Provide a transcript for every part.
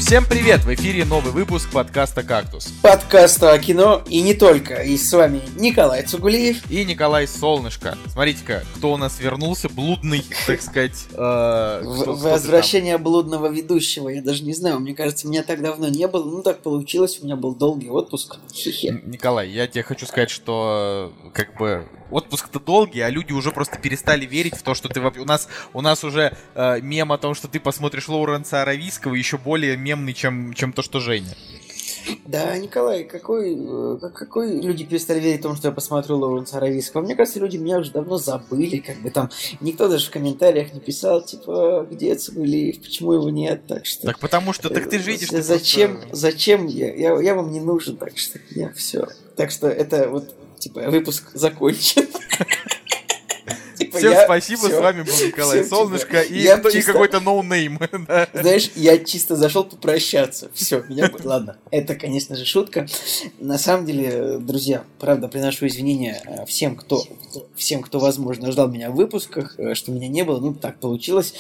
Всем привет! В эфире новый выпуск подкаста «Кактус». Подкаста о кино и не только. И с вами Николай Цугулиев и Николай Солнышко. Смотрите-ка, кто у нас вернулся, блудный, так сказать. Возвращение блудного ведущего. Я даже не знаю, мне кажется, меня так давно не было. Ну, так получилось, у меня был долгий отпуск. Николай, я тебе хочу сказать, что отпуск-то долгий, а люди уже просто перестали верить в то, что ты... У нас уже мем о том, что ты посмотришь Лоуренса Аравийского, еще более мемный, чем то, что Женя. Да, Николай, какой люди перестали верить в том, что я посмотрю Лоуренса Аравийского? Мне кажется, люди меня уже давно забыли, там никто даже в комментариях не писал, где Цугулиев, почему его нет, так что... Так потому что, так ты же видишь... Зачем я вам не нужен, так что я все. Так что это выпуск закончен. Всем спасибо, с вами был Николай Солнышко и какой-то ноунейм. Знаешь, я чисто зашел попрощаться. Все, ладно, это, конечно же, шутка. На самом деле, друзья, правда, приношу извинения всем, кто, возможно, ждал меня в выпусках, что меня не было, так получилось.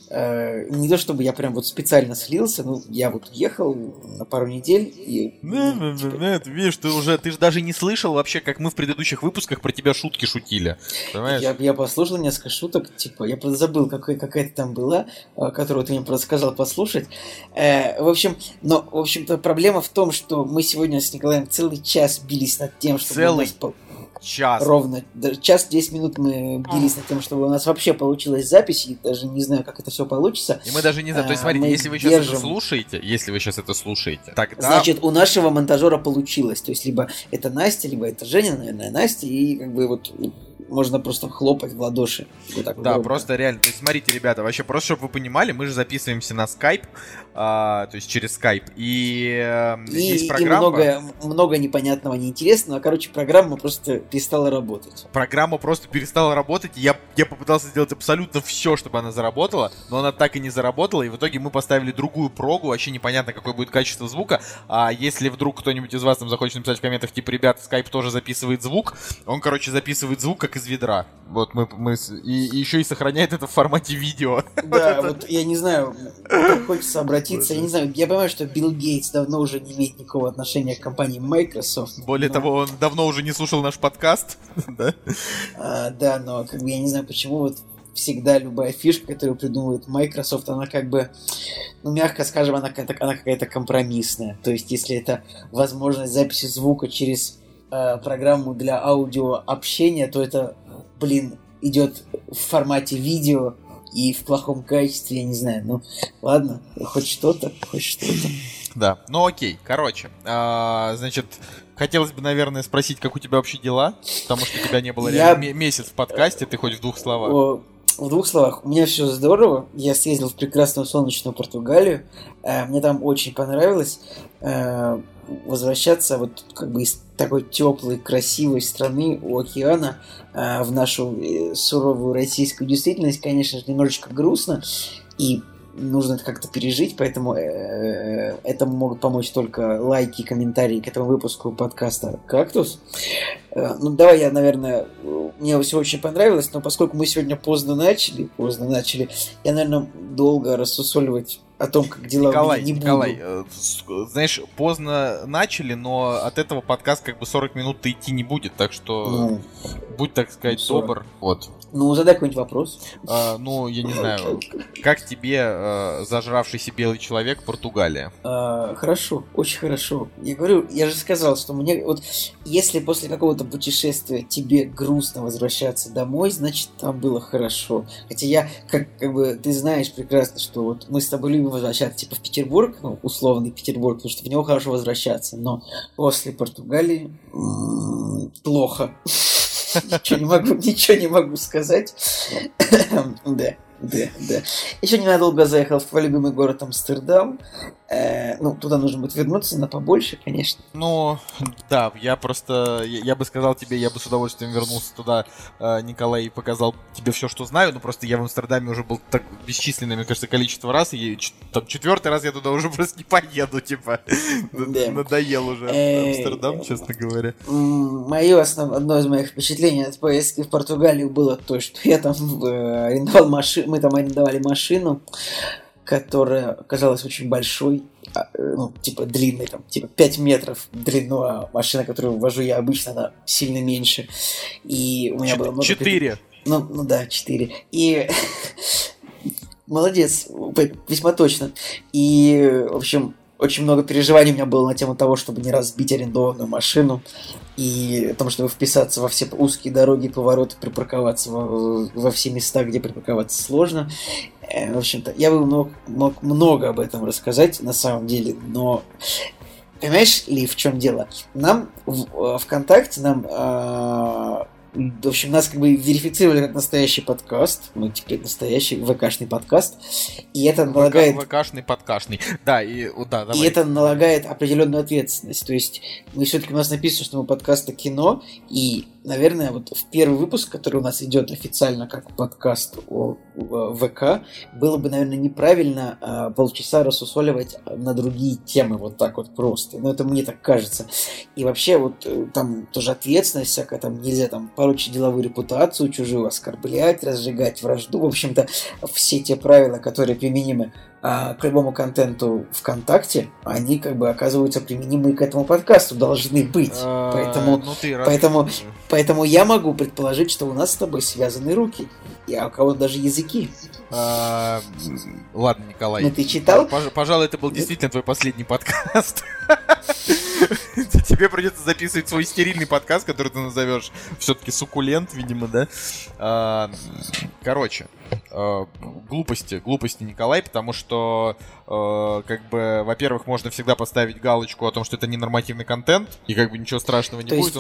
Не то чтобы я прям специально слился, я ехал на пару недель и... Нет, видишь, ты же даже не слышал вообще, как мы в предыдущих выпусках про тебя шутки шутили. Понимаешь? Я послушал несколько шуток, я просто забыл, какая-то там была, которую ты мне просто сказал послушать. В общем-то, проблема в том, что мы сегодня с Николаем целый час бились над тем, чтобы час. Ровно. Час 10 минут мы бились над тем, чтобы у нас вообще получилась запись, и даже не знаю, как это все получится. И мы даже не знаем. То есть, смотрите, если вы сейчас это слушаете, тогда... Значит, у нашего монтажера получилось. То есть, либо это Настя, либо это Женя, наверное, Настя, и можно просто хлопать в ладоши. Просто реально. То есть, смотрите, ребята, вообще просто, чтобы вы понимали, мы же записываемся на Skype, то есть через Skype, и есть программа... И много непонятного, неинтересного. Программа просто перестала работать. Программа просто перестала работать, и я попытался сделать абсолютно все, чтобы она заработала, но она так и не заработала, и в итоге мы поставили другую прогу, вообще непонятно, какое будет качество звука, а если вдруг кто-нибудь из вас там захочет написать в комментах, ребята, Skype тоже записывает звук, он, записывает звук, как из ведра. И еще и сохраняет это в формате видео. Да, я не знаю, хочется обратиться, я не знаю, я понимаю, что Билл Гейтс давно уже не имеет никакого отношения к компании Microsoft. Более того, он давно уже не слушал наш подкаст, да? Да, но я не знаю, почему всегда любая фишка, которую придумывает Microsoft, она мягко скажем, она какая-то компромиссная. То есть, если это возможность записи звука через программу для аудиообщения, то это, идет в формате видео и в плохом качестве, я не знаю. Ладно, хоть что-то. Да, окей, значит, хотелось бы, наверное, спросить, как у тебя вообще дела, потому что тебя не было месяц в подкасте, ты хоть в двух словах. В двух словах, у меня все здорово, я съездил в прекрасную солнечную Португалию, мне там очень понравилось возвращаться из такой теплой, красивой страны у океана в нашу суровую российскую действительность, конечно же, немножечко грустно, и нужно это как-то пережить, поэтому этому могут помочь только лайки и комментарии к этому выпуску подкаста «Кактус». Давай я, наверное, мне все очень понравилось, но поскольку мы сегодня поздно начали, я, наверное, долго рассусоливать о том, как дела у меня не буду. Николай, знаешь, поздно начали, но от этого подкаст 40 минут идти не будет, так что будь, так сказать, добр. Задай какой-нибудь вопрос. Я не знаю, как тебе зажравшийся белый человек Португалия? Хорошо, очень хорошо. Я же сказал, что мне если после какого-то путешествия тебе грустно возвращаться домой, значит, там было хорошо. Хотя я, ты знаешь прекрасно, что мы с тобой любим возвращаться в Петербург, условный Петербург, потому что в него хорошо возвращаться, но после Португалии плохо. Ничего не могу сказать. Да. Еще ненадолго заехал в твой любимый город Амстердам. Туда нужно будет вернуться на побольше, конечно. Да, я бы сказал тебе, я бы с удовольствием вернулся туда, Николай, и показал тебе все, что знаю, но просто я в Амстердаме уже был так бесчисленное, мне кажется, количество раз, и четвертый раз я туда уже просто не поеду, надоел уже Амстердам, честно говоря. Одно из моих впечатлений от поездки в Португалию было то, что я там арендовал машину, мы там арендовали машину, которая оказалась очень большой, ну, типа, длинный, там, типа, 5 метров в длину, а машина, которую вожу я обычно, она сильно меньше. И у меня было много... 4. Ну да, 4. И... Молодец, весьма точно. И, в общем, очень много переживаний у меня было на тему того, чтобы не разбить арендованную машину, и о том, чтобы вписаться во все узкие дороги, повороты, припарковаться во все места, где припарковаться сложно. В общем-то, я бы мог много об этом рассказать, на самом деле, но... Понимаешь ли, в чем дело? Нам ВКонтакте, в общем, нас как бы верифицировали как настоящий подкаст. Мы теперь настоящий ВКшный подкаст. И это налагает... ВКшный подкашный. Да, да, давай. И это налагает определенную ответственность. То есть, мы все-таки у нас написано, что мы подкаст о кино. И, наверное, вот в первый выпуск, который у нас идет официально как подкаст о ВК, было бы, наверное, неправильно полчаса рассусоливать на другие темы вот так вот просто. Но это мне так кажется. И вообще, вот там тоже ответственность всякая, там нельзя там порочить деловую репутацию, чужую оскорблять, разжигать вражду. В общем-то, все те правила, которые применимы к любому контенту ВКонтакте, они как бы оказываются применимы и к этому подкасту, должны быть. Поэтому я могу предположить, что у нас с тобой связаны руки, а у кого-то даже языки. Ладно, Николай. Ну ты читал? Пожалуй, это был действительно твой последний подкаст. Тебе придется записывать свой стерильный подкаст, который ты назовешь все-таки суккулент, видимо, да? Короче, глупости, Николай, потому что, как бы, во-первых, можно всегда поставить галочку о том, что это не нормативный контент, и как бы ничего страшного не будет.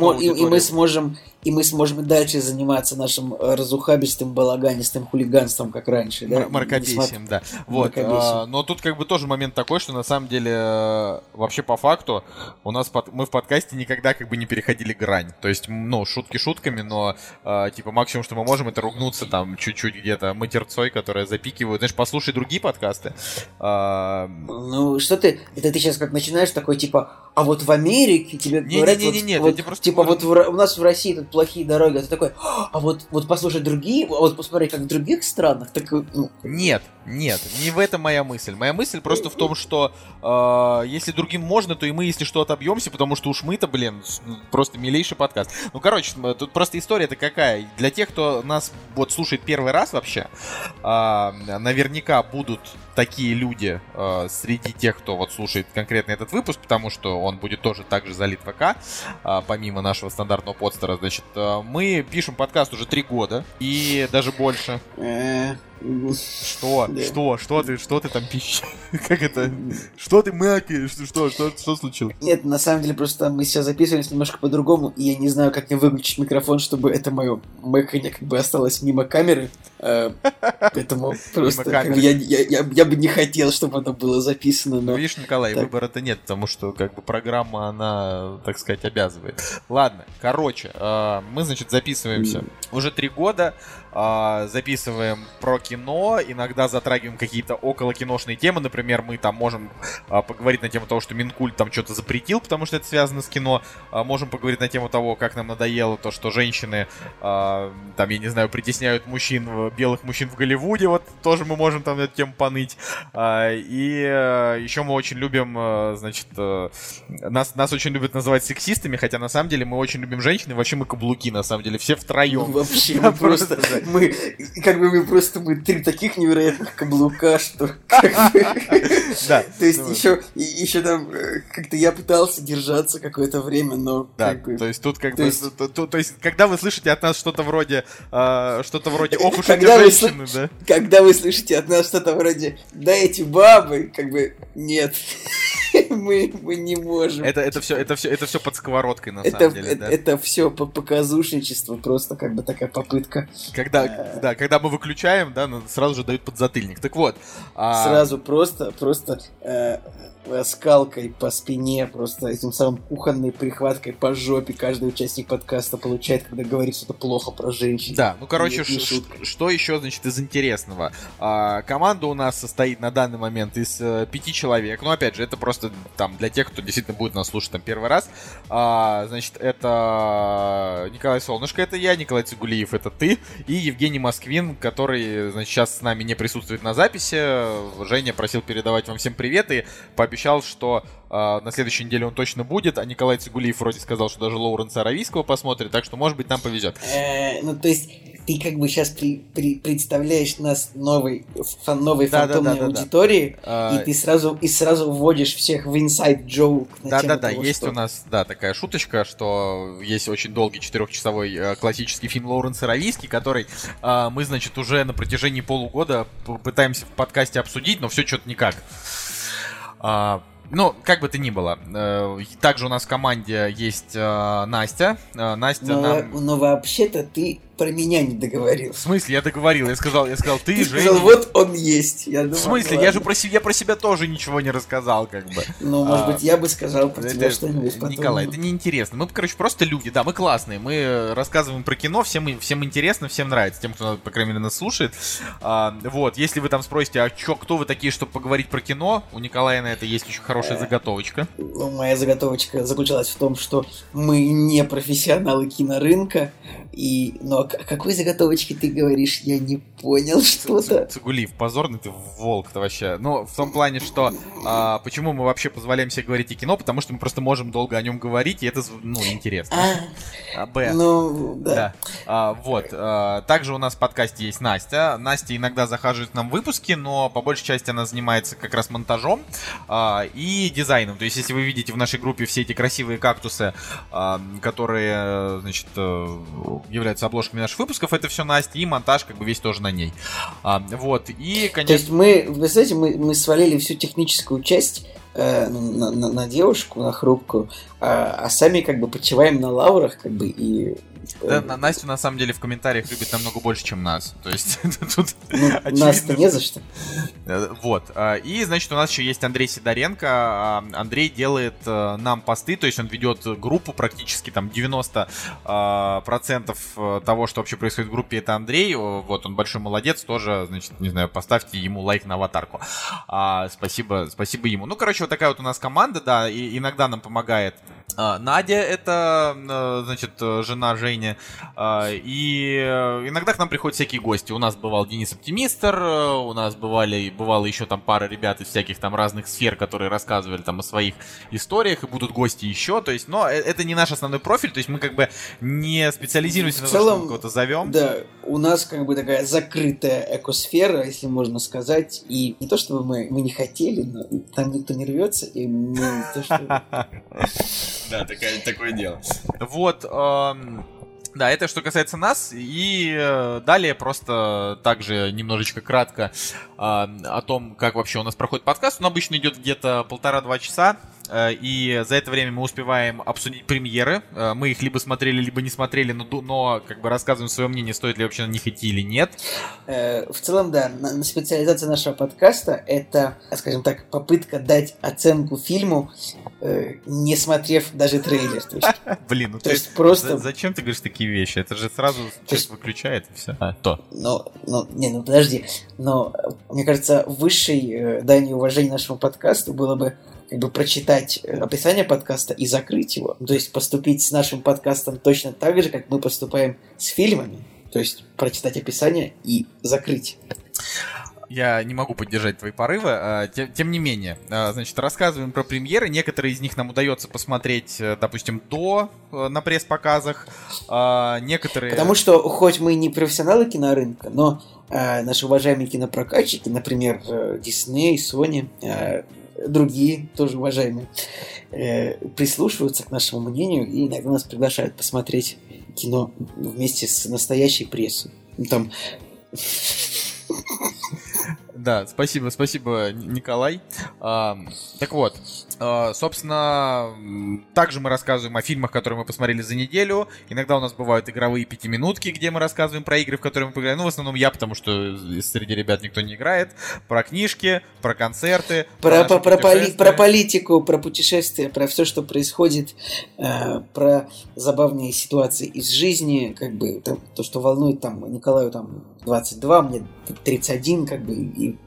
И мы сможем и дальше заниматься нашим разухабистым, балаганистым хулиганством, как раньше, да? Мракобесием, да. Вот. Но тут как бы тоже момент такой, что на самом деле, вообще по факту, мы в подкасте никогда как бы не переходили грань. То есть, ну, шутки шутками, но типа максимум, что мы можем, это ругнуться там чуть-чуть где-то матерцой, которая запикивает. Знаешь, послушай другие подкасты. Ну, что ты... Это ты сейчас как начинаешь такой, типа, а вот в Америке тебе говорят... Типа, вот у нас в России тут плохие дороги, а ты такой, а вот послушай другие, вот посмотри, как в других странах, так... Ну... Нет, не в этом моя мысль. Моя мысль просто в том, что если другим можно, то и мы, если что, отобьемся, потому что уж мы-то, блин, просто милейший подкаст. Ну, короче, тут просто история-то какая. Для тех, кто нас вот слушает первый раз вообще, наверняка будут такие люди среди тех, кто вот слушает конкретно этот выпуск, потому что он будет тоже так же залит в ВК, помимо нашего стандартного подстера. Значит, мы пишем подкаст уже 3 года, и даже больше. Что? Да. Что ты там пишешь? Как это? Что ты макаешь? Что случилось? Нет, на самом деле просто мы сейчас записываемся немножко по-другому, и я не знаю, как мне выключить микрофон, чтобы это мое мэканье как бы осталось мимо камеры. Поэтому просто я бы не хотел, чтобы оно было записано. Но... Видишь, Николай, выбора-то нет, потому что как бы программа, она, так сказать, обязывает. Ладно, короче, мы, значит, записываемся уже 3 года. Записываем про кино, иногда затрагиваем какие-то околокиношные темы, например, мы там можем поговорить на тему того, что Минкульт там что-то запретил, потому что это связано с кино, можем поговорить на тему того, как нам надоело то, что женщины, там, я не знаю, притесняют мужчин, белых мужчин в Голливуде, вот тоже мы можем там эту тему поныть, и еще мы очень любим, значит, нас очень любят называть сексистами, хотя на самом деле мы очень любим женщин, и вообще мы каблуки, на самом деле, все втроем. Ну, вообще, мы просто... Мы 3 таких невероятных каблука, что... Да. То есть еще там как-то я пытался держаться какое-то время, но... Да, то есть тут как бы... То есть, когда вы слышите от нас что-то вроде... Ох уж эти женщины, да? Когда вы слышите от нас что-то вроде «Да эти бабы», как бы нет. Мы не можем. Это все под сковородкой, на самом деле, да? Это все показушничество, просто как бы такая попытка. Когда мы выключаем, да, сразу же дают подзатыльник. Так вот. Сразу просто скалкой по спине, просто этим самым кухонной прихваткой по жопе каждый участник подкаста получает, когда говорит что-то плохо про женщин. Да, ну короче, что еще, значит, из интересного? Команда у нас состоит на данный момент из 5 человек. Ну, опять же, это просто там для тех, кто действительно будет нас слушать там первый раз. Значит, это Николай Солнышко, это я, Николай Цигулиев, это ты, и Евгений Москвин, который, значит, сейчас с нами не присутствует на записи. Женя просил передавать вам всем привет и пообещал, что на следующей неделе он точно будет, а Николай Цигулиев вроде сказал, что даже Лоуренса Аравийского посмотрит, так что, может быть, нам повезет. Ну, то есть, ты как бы сейчас представляешь нас новой фантомной аудитории, и ты сразу вводишь всех в inside joke. Да, есть у нас, такая шуточка, что есть очень долгий 4-часовой классический фильм Лоуренса Аравийский, который мы, значит, уже на протяжении полугода пытаемся в подкасте обсудить, но все что-то никак. Ну, как бы то ни было. Также у нас в команде есть Настя. Но вообще-то ты про меня не договорил. В смысле? Я договорил. Я сказал, ты же. Сказал, вот он есть. Я думал, в смысле? Я про себя тоже ничего не рассказал, как бы. Ну, может быть, я бы сказал про тебя что-нибудь потом. Николай, это неинтересно. Мы, короче, просто люди. Да, мы классные. Мы рассказываем про кино, всем интересно, всем нравится. Тем, кто, по крайней мере, нас слушает. Вот, если вы там спросите, кто вы такие, чтобы поговорить про кино, у Николая на это есть очень хорошая заготовочка. Ну, моя заготовочка заключалась в том, что мы не профессионалы кинорынка, но о какой заготовочке ты говоришь? Я не понял что-то. Цигулиев, позорный ты волк-то вообще. Ну, в том плане, что почему мы вообще позволяем себе говорить о кино, потому что мы просто можем долго о нем говорить, и это, интересно. Ну, да. Вот. Также у нас в подкасте есть Настя. Настя иногда захаживает к нам в выпуски, но по большей части она занимается как раз монтажом и дизайном. То есть, если вы видите в нашей группе все эти красивые кактусы, которые, значит, являются обложками наших выпусков, это все Настя, и монтаж как бы весь тоже на ней. Вот, и, конечно... То есть вы знаете, мы свалили всю техническую часть на девушку, на хрупкую, а сами как бы почиваем на лаврах, как бы, и... Да, Настю на самом деле в комментариях любит намного больше, чем нас. То есть тут нас-то не за что. Вот. И, значит, у нас еще есть Андрей Сидоренко. Андрей делает нам посты, то есть он ведет группу, практически там 90% того, что вообще происходит в группе, это Андрей. Вот, он большой молодец, тоже, значит, не знаю, поставьте ему лайк на аватарку. Спасибо ему. Ну, короче, вот такая вот у нас команда, да, и иногда нам помогает Надя, это, значит, жена Жени, и иногда к нам приходят всякие гости. У нас бывал Денис Оптимистр, у нас бывало еще там пара ребят из всяких там разных сфер, которые рассказывали там о своих историях, и будут гости еще, то есть, но это не наш основной профиль, то есть мы как бы не специализируемся на том, что мы кого-то зовем. Да, у нас как бы такая закрытая экосфера, если можно сказать, и не то чтобы мы не хотели, но там никто не рвется, и мы не то что... Да, такое дело. Вот, да, это что касается нас, и далее просто также немножечко кратко о том, как вообще у нас проходит подкаст. Он обычно идет где-то 1,5-2 часа, и за это время мы успеваем обсудить премьеры. Мы их либо смотрели, либо не смотрели, но как бы рассказываем свое мнение, стоит ли вообще на них идти или нет. В целом, да, специализация нашего подкаста — это, скажем так, попытка дать оценку фильму, не смотрев даже трейлер. Блин, ну то есть просто... Зачем ты говоришь такие вещи? Это же сразу человек выключает, и все. Подожди. Но, мне кажется, высшей данью уважения нашему подкасту было бы как бы прочитать описание подкаста и закрыть его. То есть поступить с нашим подкастом точно так же, как мы поступаем с фильмами. То есть прочитать описание и закрыть. Я не могу поддержать твои порывы. Тем не менее, значит, рассказываем про премьеры. Некоторые из них нам удается посмотреть, допустим, на пресс-показах. Некоторые... Потому что, хоть мы не профессионалы кинорынка, но наши уважаемые кинопрокатчики, например, Disney, Sony, другие, тоже уважаемые, прислушиваются к нашему мнению и иногда нас приглашают посмотреть кино вместе с настоящей прессой. Там... Да, спасибо, Николай. Так вот, собственно, также мы рассказываем о фильмах, которые мы посмотрели за неделю. Иногда у нас бывают игровые пятиминутки, где мы рассказываем про игры, в которые мы поиграли. Ну, в основном я, потому что среди ребят никто не играет. Про книжки, про концерты. Про политику, про путешествия, про все, что происходит, про забавные ситуации из жизни, как бы то, что волнует там Николаю там 22, мне 31, как бы, и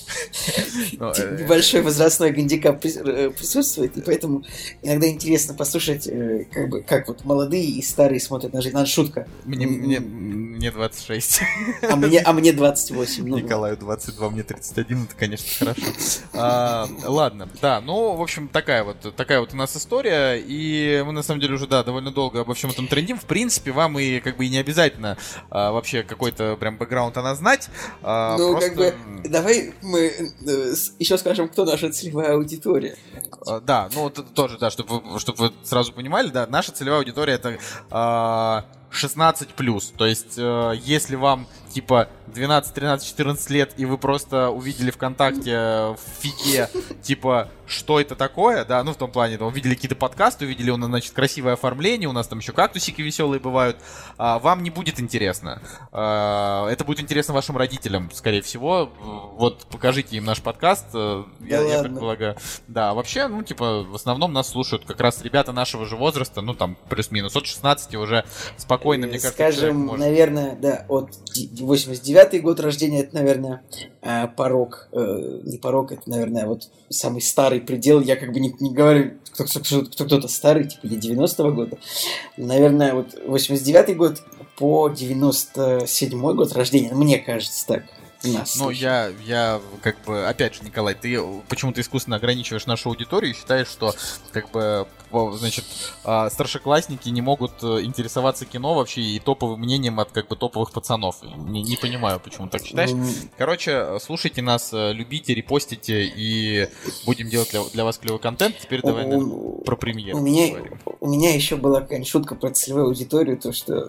небольшой возрастной гандикап присутствует, и поэтому иногда интересно послушать, как бы, как вот молодые и старые смотрят на жизнь. Надо шутка. Мне 26. А мне 28. Николаю 22, мне 31, это, конечно, хорошо. Ладно, да, ну, в общем, такая вот у нас история, и мы, на самом деле, уже, да, довольно долго обо всем этом трендим. В принципе, вам и, как бы, и не обязательно вообще какой-то прям бэкграунд она знать. Ну, просто... как бы, давай мы еще скажем, кто наша целевая аудитория. Да, ну, тоже, да, чтобы вы сразу понимали, да, наша целевая аудитория это 16+. То есть, если вам, типа, 12, 13, 14 лет, и вы просто увидели ВКонтакте в фиге, типа, что это такое, да, ну, в том плане, да, увидели какие-то подкасты, увидели у нас, значит, красивое оформление, у нас там еще кактусики веселые бывают, вам не будет интересно. Это будет интересно вашим родителям, скорее всего. Вот, покажите им наш подкаст, я предполагаю. Да, вообще, ну, типа, в основном нас слушают как раз ребята нашего же возраста, ну, там, плюс-минус, от 16 уже спокойно, мне кажется, скажем, наверное, да, от 89-й год рождения, это, наверное, порог, не порог, это, наверное, вот самый старый предел. Я как бы не говорю, кто-то старый, типа я 90-го года. Наверное, вот 89-й год по 97-й год рождения, мне кажется, так. Ну, я, как бы, опять же, Николай, ты почему-то искусственно ограничиваешь нашу аудиторию и считаешь, что, как бы, значит, старшеклассники не могут интересоваться кино вообще и топовым мнением от, как бы, топовых пацанов. Не понимаю, почему так считаешь. Короче, слушайте нас, любите, репостите, и будем делать для вас клевый контент. Теперь давай про премьеру поговорим. У меня еще была какая-нибудь шутка про целевую аудиторию, то что...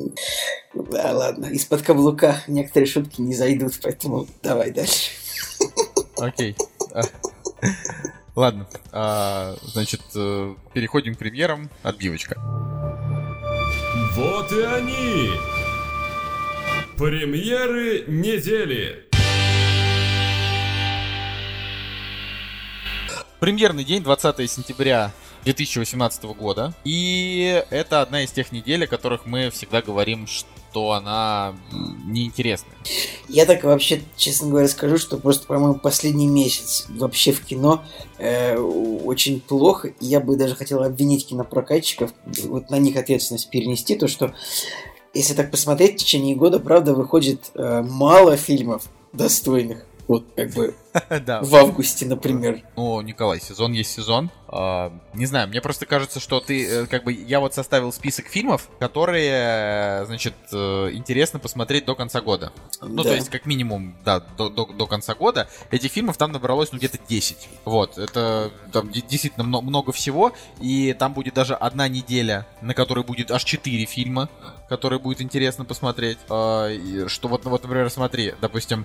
Да, ладно, из-под каблука некоторые шутки не зайдут, поэтому давай дальше. Окей. Ладно, значит, переходим к премьерам. Отбивочка. Вот и они! Премьеры недели! Премьерный день, 20 сентября 2018 года. И это одна из тех недель, о которых мы всегда говорим, что она неинтересная. Я так вообще, честно говоря, скажу, что просто, по-моему, последний месяц вообще в кино очень плохо. И я бы даже хотел обвинить кинопрокатчиков, вот на них ответственность перенести, то что, если так посмотреть, в течение года, правда, выходит мало фильмов достойных. Вот, как бы, в августе, например. Ну, Николай, сезон есть сезон. Не знаю, мне просто кажется, что ты, как бы, я вот составил список фильмов, которые, значит, интересно посмотреть до конца года. Ну, то есть, как минимум, да, до конца года. Этих фильмов там набралось, ну, где-то 10. Вот, это там действительно много всего. И там будет даже одна неделя, на которой будет аж 4 фильма, которые будет интересно посмотреть. Что вот, например, смотри, допустим,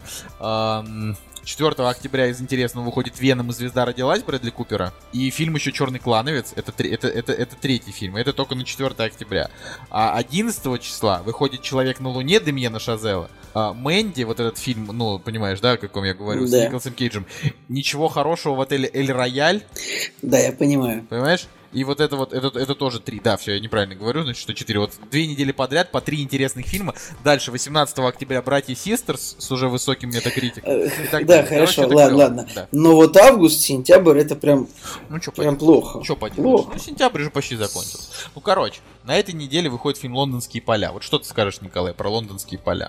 4 октября из интересного выходит «Веном» и «Звезда родилась» Брэдли Купера. И фильм еще «Черный клановец». Это третий фильм. Это только на 4 октября. А 11 числа выходит «Человек на Луне» Демьена Шазела. «Мэнди», вот этот фильм, ну, понимаешь, да, о каком я говорю, да, с Николасом Кейджем. «Ничего хорошего в отеле Эль Рояль». Да, я понимаю. Понимаешь? И вот это тоже 3. Да, все, я неправильно говорю, значит, что 4. Вот 2 недели подряд по 3 интересных фильма. Дальше, 18 октября «Братья Систерс» с уже высоким метакритиком. Да, хорошо, ладно. Да. Но вот август, сентябрь, это прям, прям плохо. Что поделаешь? Ну, сентябрь же почти закончился. Ну, короче, на этой неделе выходит фильм «Лондонские поля». Вот что ты скажешь, Николай, про «Лондонские поля»?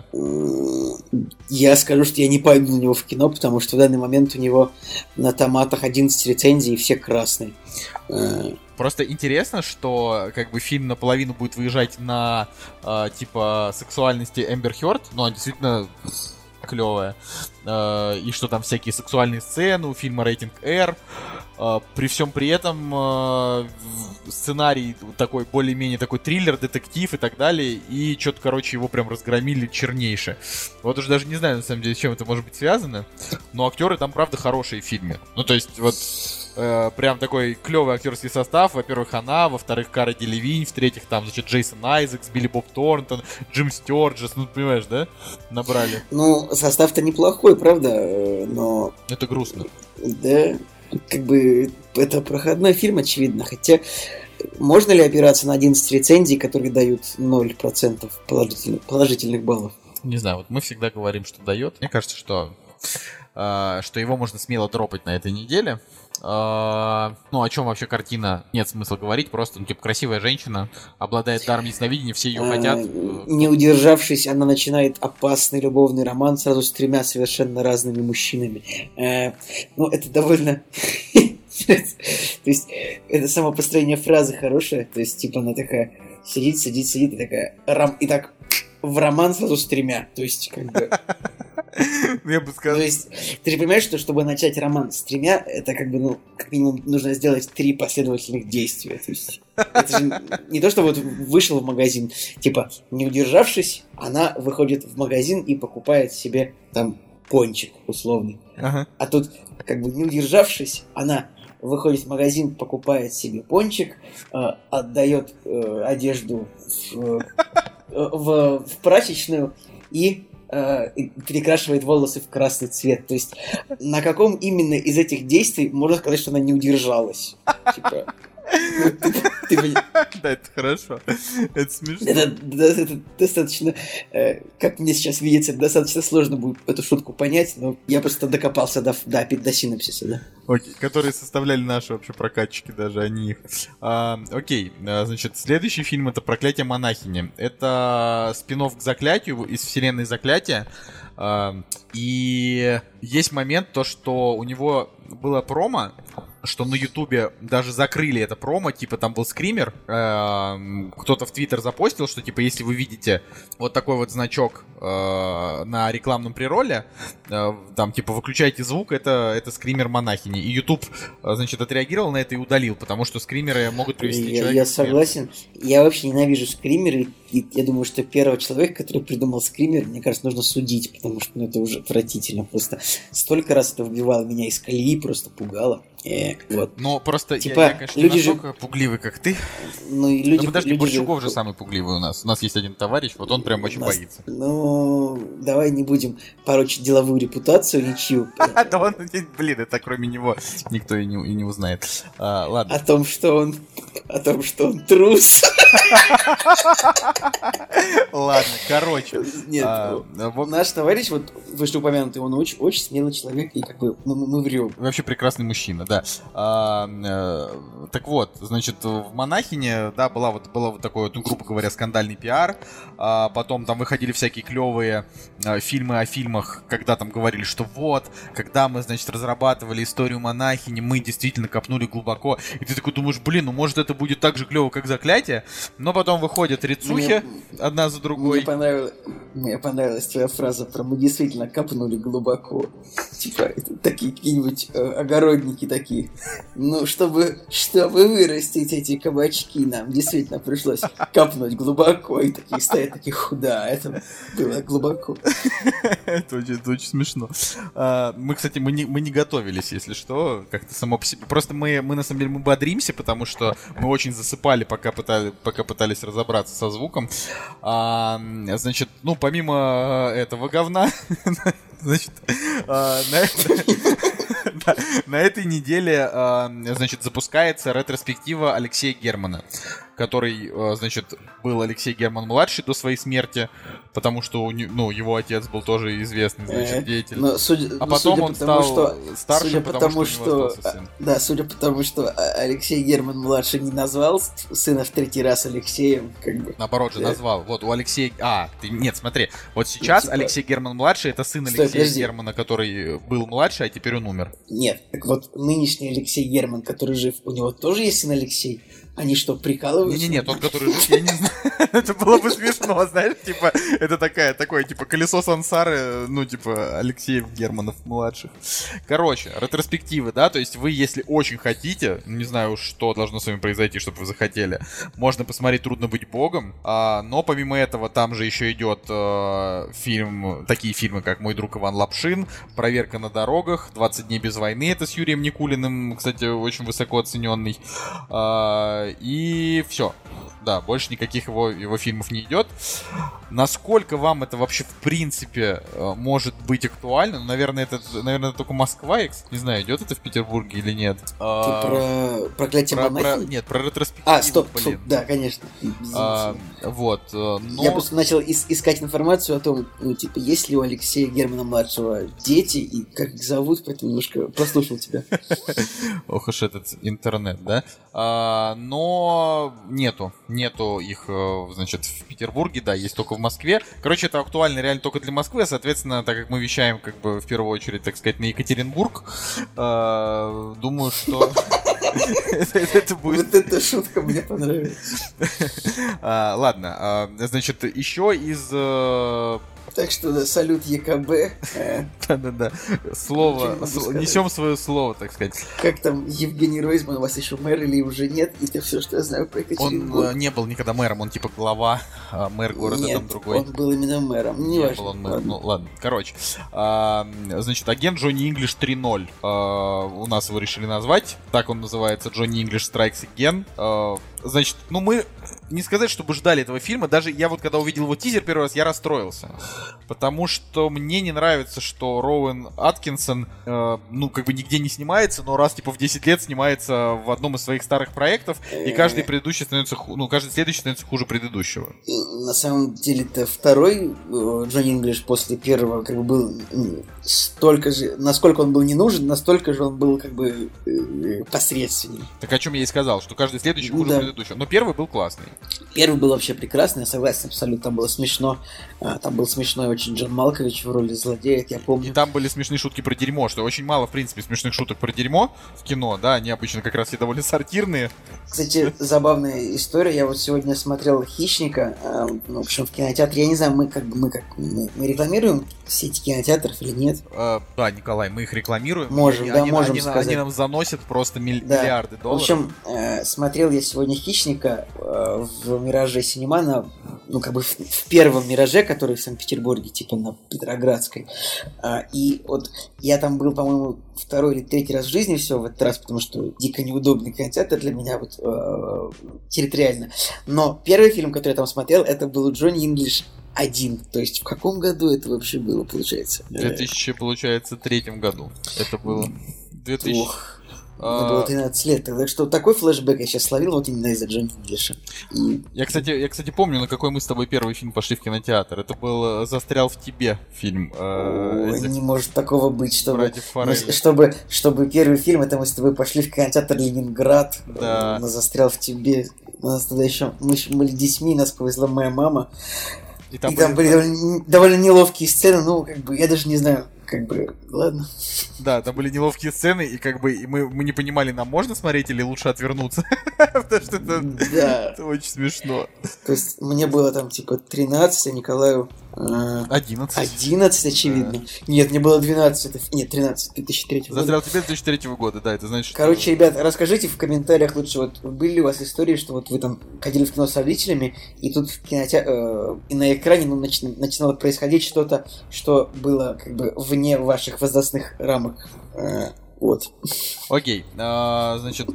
Я скажу, что я не пойду на него в кино, потому что в данный момент у него на томатах 11 рецензий, и все красные. Просто интересно, что, как бы, фильм наполовину будет выезжать на, типа, сексуальности Эмбер Хёрд, но она действительно клевая, и что там всякие сексуальные сцены, у фильма рейтинг R, При всем при этом сценарий такой, более-менее такой триллер, детектив и так далее, и что-то, короче, его прям разгромили чернейше. Вот уж даже не знаю, на самом деле, с чем это может быть связано, но актеры там, правда, хорошие в фильме. Ну, то есть, вот, прям такой клевый актерский состав. Во-первых, она, во-вторых, Кара Делевинь, в-третьих, там, значит, Джейсон Айзекс, Билли Боб Торнтон, Джим Стюарджес, ну, понимаешь, да? Набрали. Ну, состав-то неплохой, правда, но... Это грустно. Да, как бы это проходной фильм, очевидно, хотя можно ли опираться на 11 рецензий, которые дают 0% положительных баллов? Не знаю, вот мы всегда говорим, что дает. Мне кажется, что его можно смело дропать на этой неделе. Ну, о чем вообще картина, нет смысла говорить, просто, ну, типа, красивая женщина, обладает даром ясновидения, все ее хотят. Не удержавшись, она начинает опасный любовный роман сразу с 3 совершенно разными мужчинами. Ну, это довольно... То есть, это само построение фразы хорошее, то есть, типа, она такая сидит, и такая... И так в роман сразу с 3. То есть, как бы... Я бы сказал... То есть, ты же понимаешь, что чтобы начать роман с 3, это как бы, ну, как минимум нужно сделать 3 последовательных действия. То есть, это же не то, что вот вышел в магазин, типа, не удержавшись, она выходит в магазин и покупает себе там пончик условный. Ага. А тут, как бы, не удержавшись, она выходит в магазин, покупает себе пончик, отдает одежду в прачечную и перекрашивает волосы в красный цвет. То есть на каком именно из этих действий можно сказать, что она не удержалась? Типа... Да, это хорошо. Это смешно. Это достаточно, как мне сейчас видится, достаточно сложно будет эту шутку понять, но я просто докопался до синопсиса, да. Окей, которые составляли наши вообще прокатчики, даже они их. Окей, значит, следующий фильм — это «Проклятие монахини». Это спин-офф к «Заклятию» из вселенной «Заклятия». И есть момент, то, что у него было промо, что на Ютубе даже закрыли это промо, типа там был скример, кто-то в Твиттер запостил, что типа если вы видите вот такой вот значок на рекламном прероле, там типа выключайте звук, это скример монахини. И Ютуб, значит, отреагировал на это и удалил, потому что скримеры могут привести человека. Я согласен. Я вообще ненавижу скримеры, и я думаю, что первого человека, который придумал скример, мне кажется, нужно судить, потому что это уже отвратительно. Просто столько раз это выбивало меня из колеи, просто пугало. Вот. Но просто типа, я, конечно, не настолько пугливый, как ты. Ну, и люди, но подожди, Борщуков же самый пугливый у нас. У нас есть один товарищ, вот он прям очень боится. Ну, давай не будем порочить деловую репутацию ничью. Да он, блин, это кроме него никто и не узнает. Ладно. О том, что он трус. Ладно, короче. Нет, наш товарищ, вот вышеупомянутый, он очень смелый человек, и как бы мы врем. Вообще прекрасный мужчина, да. Так вот, значит, в «Монахине», да, была вот такой, ну, грубо говоря, скандальный пиар. Потом там выходили всякие клевые фильмы о фильмах, когда там говорили, что вот, когда мы, значит, разрабатывали историю «Монахини», мы действительно копнули глубоко. И ты такой думаешь, блин, ну может это будет так же клево, как «Заклятие», но потом выходят рецухи одна за другой. Мне понравилась твоя фраза про «мы действительно копнули глубоко». Типа, такие какие-нибудь огородники такие. Ну, чтобы вырастить эти кабачки, нам действительно пришлось копнуть глубоко. И такие стоят, такие, да, это было глубоко. Это очень смешно. Мы, кстати, мы не готовились, если что, как-то само по себе. Просто мы на самом деле, мы бодримся, потому что мы очень засыпали, пока пытались разобраться со звуком. Значит, ну, помимо этого говна, значит, на этой неделе, значит, запускается ретроспектива Алексея Германа, который, значит, был Алексей Герман-младший до своей смерти, потому что, ну, его отец был тоже известный, значит, деятель. А потом он стал старшим, потому что у него остался сын. Да, судя по тому, что Алексей Герман-младший не назвал сына в 3-й раз Алексеем, как бы. Наоборот же назвал. Вот у Алексея... Нет, смотри. Вот сейчас типа... Алексей Герман-младший — это сын Алексея Германа, который был младше, а теперь он умер. Нет, так вот нынешний Алексей Герман, который жив, у него тоже есть сын Алексей? Они что, прикалываются? Не-не-не, тот, который жив, я не знаю. Это было бы смешно, знаешь, типа, это такое, типа, колесо сансары, ну, типа, Алексеев Германов-младших. Короче, ретроспективы, да, то есть вы, если очень хотите, не знаю, что должно с вами произойти, чтобы вы захотели, можно посмотреть «Трудно быть богом», но помимо этого там же еще идет такие фильмы, как «Мой друг Иван Лапшин», «Проверка на дорогах», «20 дней без войны», это с Юрием Никулиным, кстати, очень высоко оцененный. И все. Да, больше никаких его фильмов не идет. Насколько вам это вообще в принципе может быть актуально? Ну, наверное, только Москва, я, кстати, не знаю, идет это в Петербурге или нет. Ты про «Проклятие монахини»? Нет, про ретроспективу. Стоп, да, конечно. Вот. Но... Я просто начал искать информацию о том, ну, типа, есть ли у Алексея Германа-младшего дети и как их зовут, поэтому немножко прослушал тебя. Ох уж этот интернет, да? Но нету их, значит, в Петербурге, да, есть только в Москве. Короче, это актуально реально только для Москвы, соответственно, так как мы вещаем, как бы, в первую очередь, так сказать, на Екатеринбург, думаю, что... Это будет... Вот эта шутка мне понравилась. Ладно, значит, еще из... Так что, да, салют ЕКБ. Да-да-да. Слово. Несем свое слово, так сказать. Как там Евгений Ройзман, у вас еще мэр или уже нет? И это все, что я знаю про Екатеринбург. Он не был никогда мэром, он типа глава, мэр города нет, там другой. Он был именно мэром. Не важно. Был он мэр. Ну ладно. Короче. Значит, агент Джонни Инглиш 3.0. У нас его решили назвать. Так он называется, Джонни Инглиш Strikes Again. Значит, ну мы не сказать, чтобы ждали этого фильма. Даже я вот когда увидел его тизер первый раз, я расстроился. Потому что мне не нравится, что Роуэн Аткинсон, ну, как бы нигде не снимается, но раз, типа, в 10 лет снимается в одном из своих старых проектов, и каждый следующий становится хуже предыдущего. На самом деле-то второй Джонни Инглиш после первого, как бы, был столько же... Насколько он был не нужен, настолько же он был, как бы, посредственный. Так о чем я и сказал, что каждый следующий хуже предыдущего. Но первый был классный. Первый был вообще прекрасный, я согласен абсолютно. Там было смешно. Там был смешной очень Джон Малкович в роли злодея, я помню. И там были смешные шутки про дерьмо, что очень мало, в принципе, смешных шуток про дерьмо в кино, да, они обычно как раз все довольно сортирные. Кстати, забавная история, я вот сегодня смотрел «Хищника», в общем, в кинотеатре, я не знаю, мы рекламируем сети кинотеатров или нет? Да, Николай, мы их рекламируем. Можем сказать. Они нам заносят просто миллиарды долларов. В общем, смотрел я сегодня «Хищника» в «Мираже Синема», в первом «Мираже», который в Санкт-Петербурге, типа на Петроградской. И вот я там был, по-моему, второй или третий раз в жизни всего в этот раз, потому что дико неудобный кинотеатр для меня вот территориально. Но первый фильм, который я там смотрел, это был Джонни Инглиш 1. То есть в каком году это вообще было, получается? В 2003 году. Это было 2000... Мне было 13 лет, тогда что такой флешбэк я сейчас словил вот именно из-за Джонни Инглиша. Я, кстати, помню, на какой мы с тобой первый фильм пошли в кинотеатр. Это был «Застрял в тебе» фильм. Не может такого быть, чтобы первый фильм, это мы с тобой пошли в кинотеатр «Ленинград», да. На «Застрял в тебе». У нас тогда еще мы были детьми, нас повезла моя мама. И там были довольно неловкие сцены, я даже не знаю, ладно. Да, там были неловкие сцены, и мы не понимали, нам можно смотреть или лучше отвернуться. Потому что это очень смешно. То есть мне было там типа 13, а Николаю 11. 11, очевидно. Нет, мне было 12. Нет, 13, 2003 года. «Застрял в тебе» 2003 года, да, это значит, что... Короче, ребят, расскажите в комментариях лучше, вот были ли у вас истории, что вот вы там ходили в кино с родителями, и тут в и на экране начинало происходить что-то, что было как бы вне ваших возрастных рамок. Вот. Окей, значит...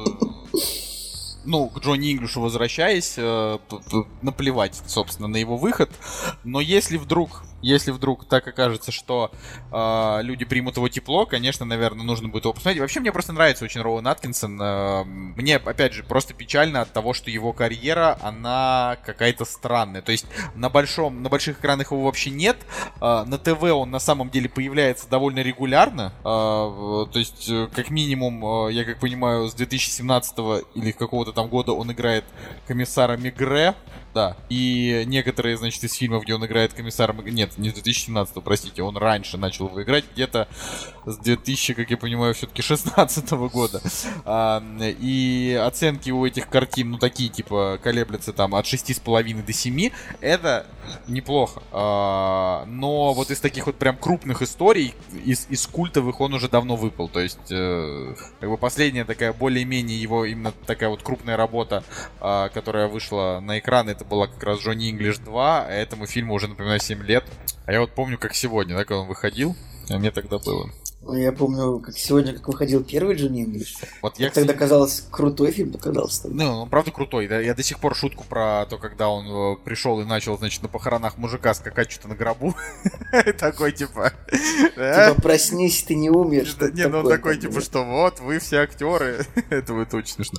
к Джонни Инглишу возвращаясь, наплевать, собственно, на его выход. Но если вдруг так окажется, что люди примут его тепло, конечно, наверное, нужно будет его посмотреть. Вообще, мне просто нравится очень Роуэн Аткинсон. Мне, опять же, просто печально от того, что его карьера, она какая-то странная. То есть на больших экранах его вообще нет. На ТВ он на самом деле появляется довольно регулярно. То есть, как минимум, я как понимаю, с 2017 или какого-то там года он играет комиссара Мегре. Да. И некоторые, значит, из фильмов, где он играет комиссара... Нет, Нет, не с 2017, простите, он раньше начал его играть, где-то с 2000, как я понимаю, все-таки 16 года. И оценки у этих картин, ну, такие, типа, колеблятся там от 6,5 до 7. Это неплохо. Но вот из таких вот прям крупных историй, из культовых он уже давно выпал. То есть, как бы последняя такая более-менее его именно такая вот крупная работа, которая вышла на экран, это была как раз Джонни Инглиш 2, а этому фильму уже, напоминаю, 7 лет. А я вот помню, как сегодня, да, когда он выходил, а мне тогда было. Я помню, как сегодня, как выходил первый Джонни Инглиш. Вот я, тогда казалось, крутой фильм показался. Ну, он правда крутой. Да? Я до сих пор шутку про то, когда он пришел и начал, значит, на похоронах мужика скакать что-то на гробу. Такой, типа... Типа, проснись, ты не умер. Не, ну он такой, типа, что вот, вы все актеры. Это очень смешно.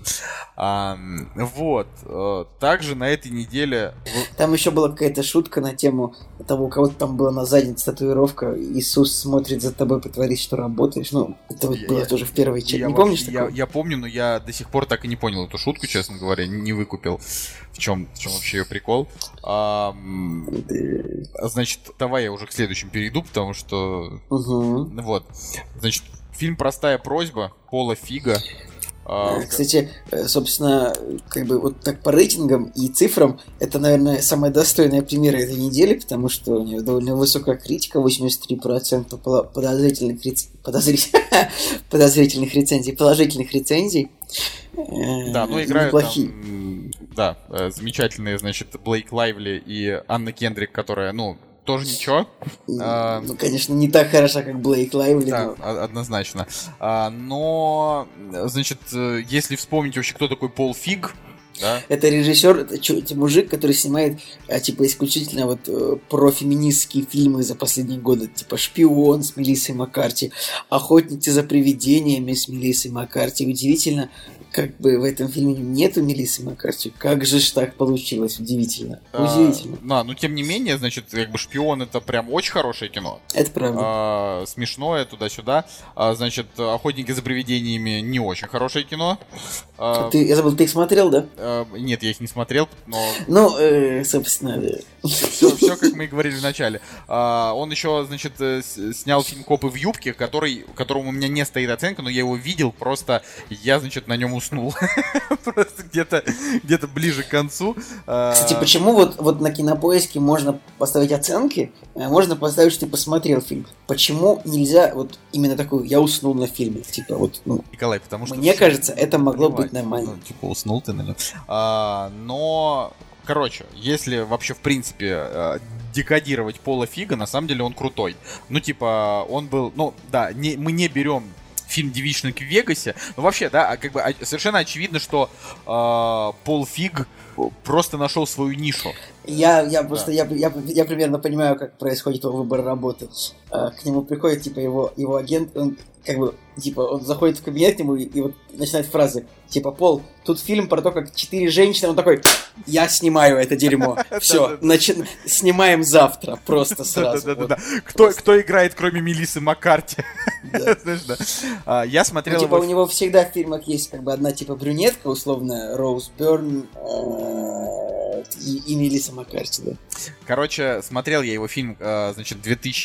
Вот. Также на этой неделе... Там еще была какая-то шутка на тему того, у кого-то там была на заднице татуировка «Иисус смотрит за тобой, притворись, что работаешь». Ну, это вот было тоже в первой части. Не помнишь такого? Я помню, но я до сих пор так и не понял эту шутку, честно говоря, не выкупил, в чем вообще ее прикол. Значит, давай я уже к следующему перейду, потому что... Вот. Значит, фильм «Простая просьба» Пола Фига. Кстати, собственно, как бы вот так по рейтингам и цифрам, это, наверное, самая достойная премьера этой недели, потому что у нее довольно высокая критика, 83% подозрительных рецензий, положительных рецензий. Да, ну играют там, да, замечательные, значит, Блейк Лайвли и Анна Кендрик, которая, ну, тоже ничего. Ну, конечно, не так хороша, как Блейк Лайвли. Да, однозначно. Но, значит, если вспомнить вообще, кто такой Пол Фиг, да? Это режиссер, это мужик, который снимает, типа, исключительно вот профеминистские фильмы за последние годы, типа «Шпион» с Мелиссой Маккарти, «Охотницы за привидениями» с Мелиссой Маккарти. Удивительно, как бы в этом фильме нету Мелиссы Маккарти. Как же ж так получилось? Удивительно. Удивительно. Да, но тем не менее, значит, как бы «Шпион» — это прям очень хорошее кино. Это правда. Смешное, туда-сюда. Значит, «Охотники за привидениями» не очень хорошее кино. Я забыл, ты их смотрел, да? Нет, я их не смотрел, но... Ну, собственно... Все, как мы и говорили в начале. Он еще, значит, снял фильм «Копы в юбке», которому у меня не стоит оценка, но я его видел, просто я, значит, на нем уснул. Просто где-то ближе к концу. Кстати, почему вот на Кинопоиске можно поставить оценки, а можно поставить, что ты посмотрел фильм? Почему нельзя вот именно такую «я уснул на фильме»? Типа вот, ну, Николай, потому что... Мне кажется, это могло быть нормально. Ну, типа, уснул ты на нем. Но... Короче, если вообще, в принципе, декодировать Пола Фига, на самом деле он крутой. Ну, типа, он был... Ну, да, мы не берем фильм «Девичник в Вегасе», но вообще, да, как бы совершенно очевидно, что Пол Фиг просто нашел свою нишу. Я примерно понимаю, как происходит его выбор работы. К нему приходит, типа, его агент, он как бы, типа, он заходит в кабинет к нему и вот начинает фразы, типа, Пол, тут фильм про то, как 4 женщины, он такой, я снимаю это дерьмо, все, снимаем завтра, просто сразу. Кто играет, кроме Мелиссы Маккарти? Я смотрел... Типа, у него всегда в фильмах есть, как бы, одна, типа, брюнетка, условно, Роуз Бёрн, и Мелисса Маккарти, да. Короче, смотрел я его фильм, значит,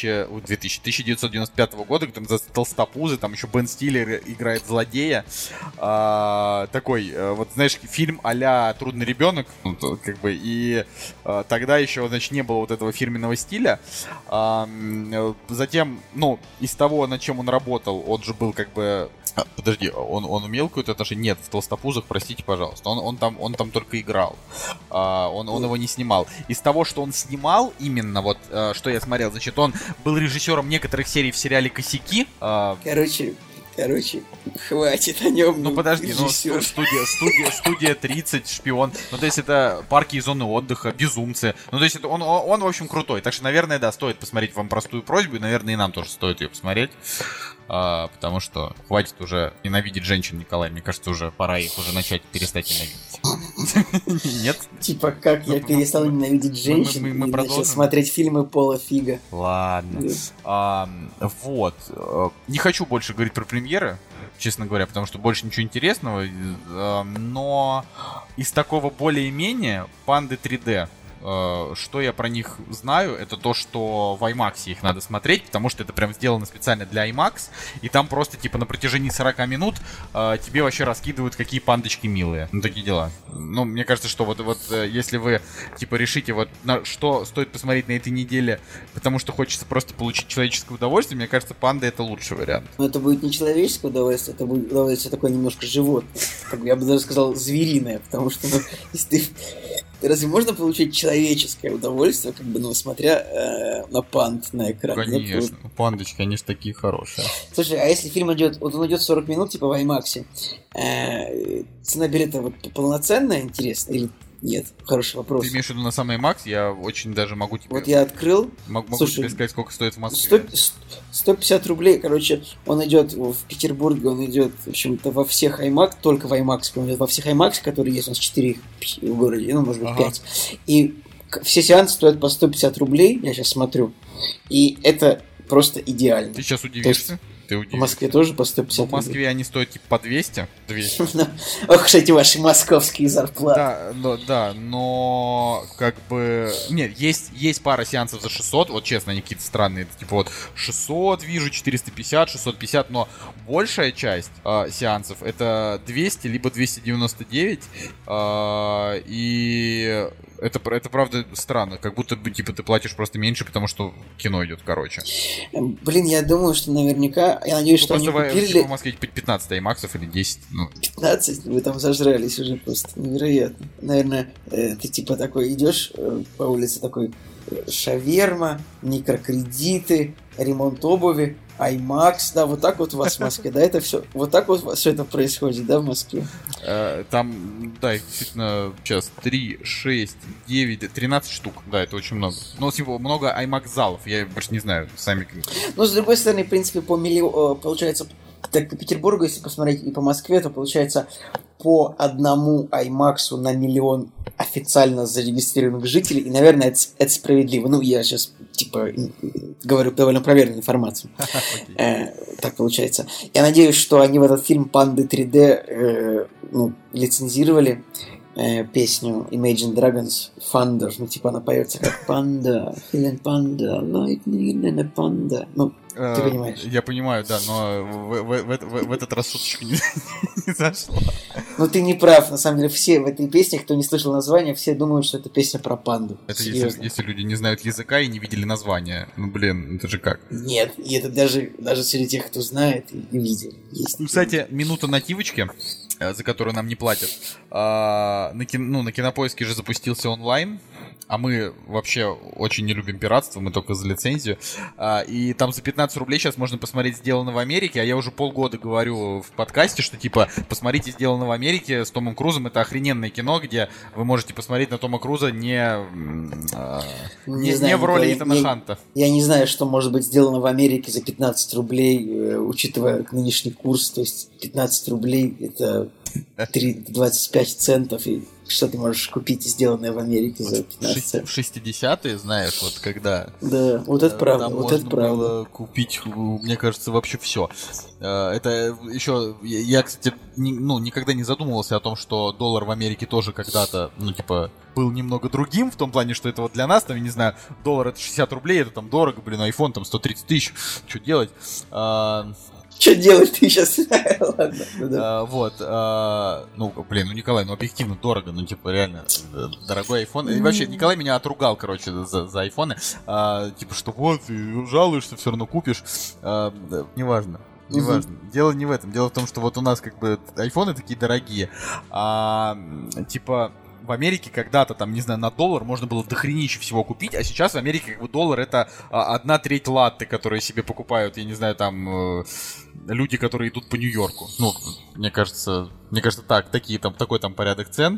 1995 года, где там «Толстопузы», там еще Бен Стиллер играет злодея. Такой, вот, знаешь, фильм а-ля «Трудный ребенок», как бы, и тогда еще, значит, не было вот этого фирменного стиля. Затем, ну, из того, над чем он работал, он же был, как бы... Подожди, он умел какое-то отношение? Нет, в «Толстопузах», простите, пожалуйста. Он там только играл. Он его не снимал. Из того, что он снимал, именно вот, что я смотрел, значит, он был режиссером некоторых серий в сериале «Косяки». Короче, хватит о нем. Ну подожди, ну студия 30, «Шпион». Ну то есть это «Парки и зоны отдыха», «Безумцы». Ну то есть это он в общем, крутой. Так что, наверное, да, стоит посмотреть вам «Простую просьбу», и, наверное, и нам тоже стоит ее посмотреть. Потому что хватит уже ненавидеть женщин, Николай. Мне кажется, уже пора их уже начать перестать ненавидеть. Нет? Типа, как я перестал ненавидеть женщин и начал смотреть фильмы Пола Фига. Ладно. Вот. Не хочу больше говорить про премьеры, честно говоря, потому что больше ничего интересного. Но из такого более-менее «Панды 3D». что я про них знаю, это то, что в IMAX их надо смотреть, потому что это прям сделано специально для IMAX, и там просто, типа, на протяжении 40 минут тебе вообще раскидывают, какие пандочки милые. Ну, такие дела. Ну, мне кажется, что вот если вы, типа, решите, вот, что стоит посмотреть на этой неделе, потому что хочется просто получить человеческое удовольствие, мне кажется, панда — это лучший вариант. Но это будет не человеческое удовольствие, это будет удовольствие такое немножко животное. Как бы я бы даже сказал, звериное, потому что, ну, если ты... Разве можно получить человеческое удовольствие, как бы, ну, смотря на панд на экране? Конечно, пандочки, они же такие хорошие. Слушай, а если фильм идет, вот он идет 40 минут, типа в IMAX, цена билета вот полноценная, интересно, или нет? Хороший вопрос. Ты имеешь в виду на самый IMAX? Я очень даже могу тебе... Вот я открыл. Могу Слушай, тебе сказать, сколько стоит в Москве. 150 рублей, короче, он идет в Петербурге, он идет, в общем-то, во всех IMAX, только в IMAX, он идет во всех IMAX, которые есть, у нас 4 в городе, ну, может быть, 5. И все сеансы стоят по 150 рублей, я сейчас смотрю, и это просто идеально. Ты сейчас удивишься? В Москве тоже по 150 рублей. В Москве они стоят типа по 200. Ох уж эти ваши московские зарплаты. Да, но как бы... Нет, есть пара сеансов за 600, вот честно, они какие-то странные. Типа вот 600 вижу, 450, 650, но большая часть сеансов это 200, либо 299. И... Это правда странно, как будто бы типа ты платишь просто меньше, потому что кино идет короче. Блин, я думаю, что наверняка, я надеюсь, что они купили... Типа в Москве 15 аймаксов или 10. Ну. 15? Вы там зажрались уже просто невероятно. Наверное, ты типа такой идешь по улице, такой шаверма, микрокредиты, ремонт обуви, IMAX, да, вот так вот у вас в Москве, да, это все, вот так вот все это происходит, да, в Москве? Там, да, их действительно сейчас 3, 6, 9, 13 штук, да, это очень много. Но типа, много IMAX-залов, я больше не знаю, сами... Ну, с другой стороны, в принципе, получается, так по Петербургу, если посмотреть, и по Москве, то получается по одному IMAX на миллион официально зарегистрированных жителей, и, наверное, это справедливо. Ну, я сейчас, типа, говорю довольно проверенную информацию. Так получается. Я надеюсь, что они в этот фильм «Панды 3D» лицензировали песню Imagine Dragons Thunder. Ну, типа, она поется как «Панда, feeling panda, lightning and a panda». Ну, ты понимаешь. Я понимаю, да, но в этот раз шуточка не зашла. Ну, ты не прав. На самом деле, все в этой песне, кто не слышал название, все думают, что это песня про панду. Это если люди не знают языка и не видели названия. Ну, блин, это же как? Нет, и это даже среди тех, кто знает и видел. Кстати, минута нативочки, за которую нам не платят. На Кинопоиске же запустился онлайн. А мы вообще очень не любим пиратство, мы только за лицензию. И там за 15 рублей сейчас можно посмотреть «Сделано в Америке», а я уже полгода говорю в подкасте, что типа посмотрите «Сделано в Америке» с Томом Крузом, это охрененное кино, где вы можете посмотреть на Тома Круза не в роли Итана Ханта. Я не знаю, что может быть сделано в Америке за 15 рублей, учитывая нынешний курс, то есть 15 рублей это 25 центов, и что ты можешь купить сделанное в Америке за 15 центов? В 60-е, знаешь, вот когда... Да, вот это правда, там вот можно это правда. было купить, мне кажется, вообще все. Это еще... Я, кстати, никогда не задумывался о том, что доллар в Америке тоже когда-то, был немного другим, в том плане, что это вот для нас, там, я не знаю, доллар это 60 рублей, это там дорого, блин, iPhone там 130 тысяч, что делать? Что делать ты сейчас? Ладно. Николай, объективно дорого, реально, дорогой iPhone. И вообще, Николай меня отругал, за айфоны. Что вот, ты жалуешься, все равно купишь. Неважно. Дело не в этом. Дело в том, что вот у нас айфоны такие дорогие. В Америке когда-то, там, не знаю, на доллар можно было дохренище всего купить, а сейчас в Америке доллар это 1/3 латте, которые себе покупают, я не знаю, там, люди, которые идут по Нью-Йорку. Мне кажется, такой там порядок цен.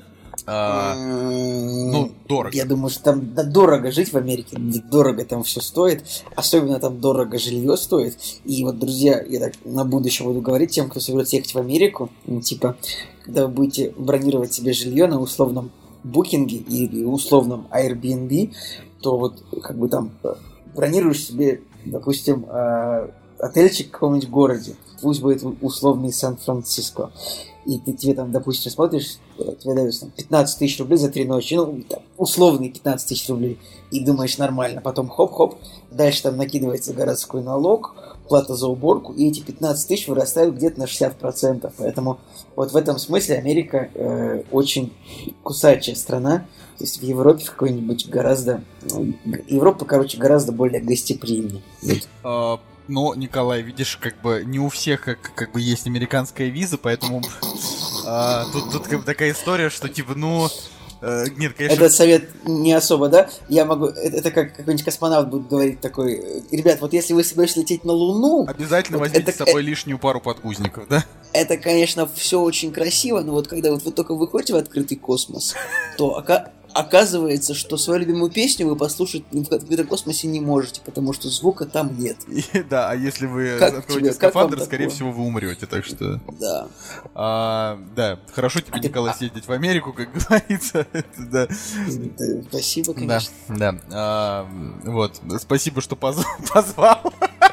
Дорого. Я думаю, что там дорого жить в Америке, дорого там все стоит, особенно там дорого жилье стоит. И вот, друзья, я так на будущее буду говорить тем, кто соберется ехать в Америку, когда вы будете бронировать себе жилье на условном букинге или условном Airbnb, то вот там бронируешь себе, допустим, отельчик в каком-нибудь городе, пусть будет условный Сан-Франциско. и тебе там, допустим, смотришь, тебе дают там 15 тысяч рублей за 3 ночи, ну, там, условные 15 тысяч рублей, и думаешь, нормально, потом хоп-хоп, дальше там накидывается городской налог, плата за уборку, и эти 15 тысяч вырастают где-то на 60%. Поэтому вот в этом смысле Америка очень кусачая страна. То есть в Европе в какой-нибудь гораздо... Европа, короче, гораздо более гостеприимнее. Но, Николай, видишь, как бы не у всех как бы есть американская виза, поэтому тут как бы такая история, что типа, нет, конечно... Этот совет не особо, да? Я могу... Это как какой-нибудь космонавт будет говорить такой... Ребят, вот если вы собираетесь лететь на Луну... Обязательно вот возьмите с собой лишнюю пару подгузников, да? Это, конечно, все очень красиво, но вот когда вот вы только выходите в открытый космос, то оказывается, что свою любимую песню вы послушать в открытом космосе не можете, потому что звука там нет. Да, а если вы откроете скафандр, скорее всего, вы умрете, так что... Да. Да, хорошо тебе, Николай, съездить в Америку, как говорится. Спасибо, конечно. Да. Вот, спасибо, что позвал.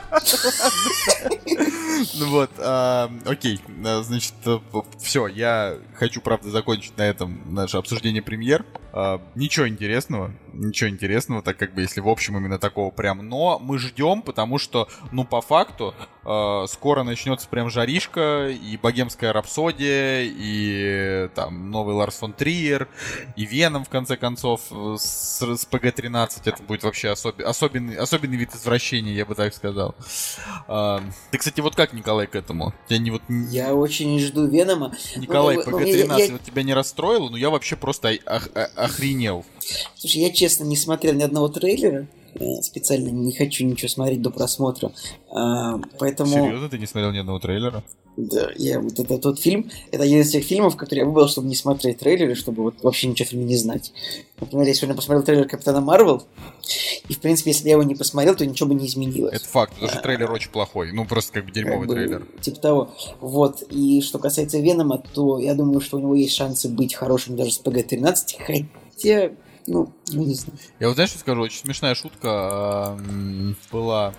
Ну вот, окей, значит, все, я хочу, правда, закончить на этом наше обсуждение премьер. Ничего интересного, так как бы, если в общем именно такого прям, но мы ждем, потому что, по факту, скоро начнется прям жаришка, и Богемская рапсодия, и там новый Ларс фон Триер, и Веном, в конце концов, с ПГ-13, это будет вообще особенный вид извращения, я бы так сказал. Ты, кстати, вот как, Николай, к этому? Я очень жду Венома. Николай, ПГ-13 вот тебя не расстроило? Ну, я вообще просто охренел. Слушай, я честно не смотрел ни одного трейлера. Специально не хочу ничего смотреть до просмотра. Поэтому... Серьезно, ты не смотрел ни одного трейлера? Да, это тот фильм, это один из тех фильмов, который я выбрал, чтобы не смотреть трейлеры, чтобы вот вообще ничего о фильме не знать. Например, я сегодня посмотрел трейлер Капитана Марвел, и, в принципе, если я его не посмотрел, то ничего бы не изменилось. Это факт, потому что трейлер очень плохой, просто как бы дерьмовый трейлер. Типа того. Вот, и что касается Венома, то я думаю, что у него есть шансы быть хорошим даже с ПГ-13, хотя... не знаю. Я вот знаешь, что скажу? Очень смешная шутка была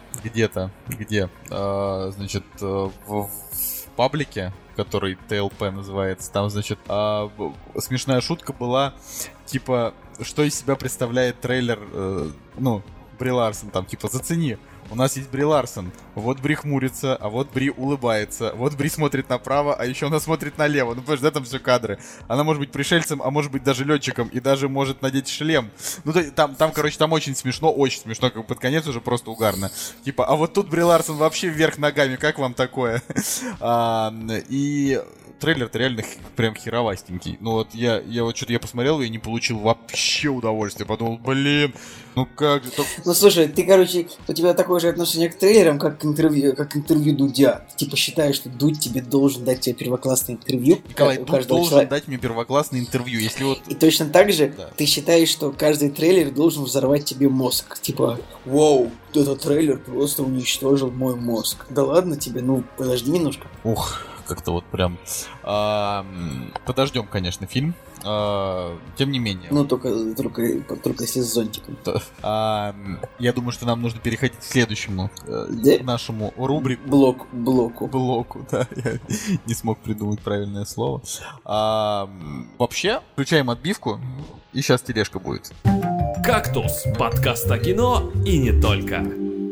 значит, в паблике, который ТЛП называется, там, значит, смешная шутка была, типа, что из себя представляет трейлер, Бри Ларсон, там, типа, зацени. У нас есть Бри Ларсон. Вот Бри хмурится, а вот Бри улыбается. Вот Бри смотрит направо, а еще она смотрит налево. Понимаешь, да, там все кадры. Она может быть пришельцем, а может быть даже летчиком, и даже может надеть шлем. Там, короче, там очень смешно, как бы под конец уже просто угарно. Типа, а вот тут Бри Ларсон вообще вверх ногами, как вам такое? И... трейлер-то реально прям херовастенький. Я посмотрел и не получил вообще удовольствия. Подумал, как же... слушай, ты, короче, у тебя такое же отношение к трейлерам, как к интервью Дудя. Типа считаешь, что Дудь тебе должен дать тебе первоклассное интервью. Николай, Дудь должен дать мне первоклассное интервью. Если вот... И точно так же ты считаешь, что каждый трейлер должен взорвать тебе мозг. Типа, вау, этот трейлер просто уничтожил мой мозг. Да ладно тебе, подожди немножко. Ух... Как-то вот прям... Подождем, конечно, фильм. Тем не менее. Только если с зонтиком. Я думаю, что нам нужно переходить к следующему нашему рубрику. Блоку, да. Я не смог придумать правильное слово. Вообще, включаем отбивку, и сейчас тележка будет. «Кактус» — подкаст о кино и не только.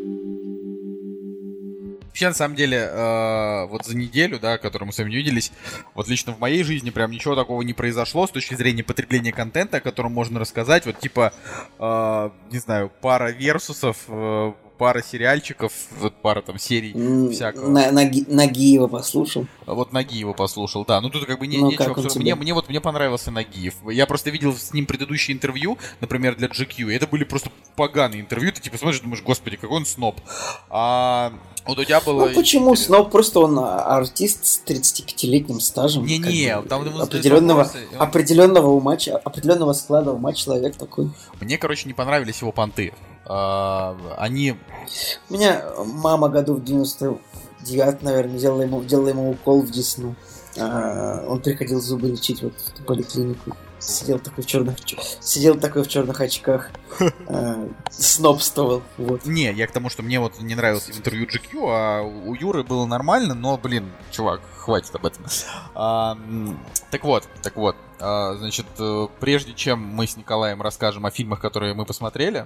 Вообще, на самом деле, вот за неделю, да, которую мы с вами виделись, вот лично в моей жизни прям ничего такого не произошло с точки зрения потребления контента, о котором можно рассказать. Вот типа, не знаю, пара версусов, пара сериальчиков, вот пара там серий всякого. Нагиева послушал. Вот Нагиева послушал, да. Тут как бы нечего обсуждать. Мне понравился Нагиев. Я просто видел с ним предыдущие интервью, например, для GQ, и это были просто поганые интервью. Ты типа смотришь, думаешь, господи, какой он сноб. Вот у тебя было... почему сноб? Просто он артист с 35-летним стажем. Там определенного ума, определенного склада ума человек такой. Мне, короче, не понравились его понты. Они... У меня мама году в 99, наверное, делала ему укол в десну. Он приходил зубы лечить вот в поликлинику. Сидел такой в черных очках, снобствовал. Вот. Не, я к тому, что мне вот не нравилось интервью GQ, а у Юры было нормально, но, блин, чувак, хватит об этом. Так вот, значит, прежде чем мы с Николаем расскажем о фильмах, которые мы посмотрели,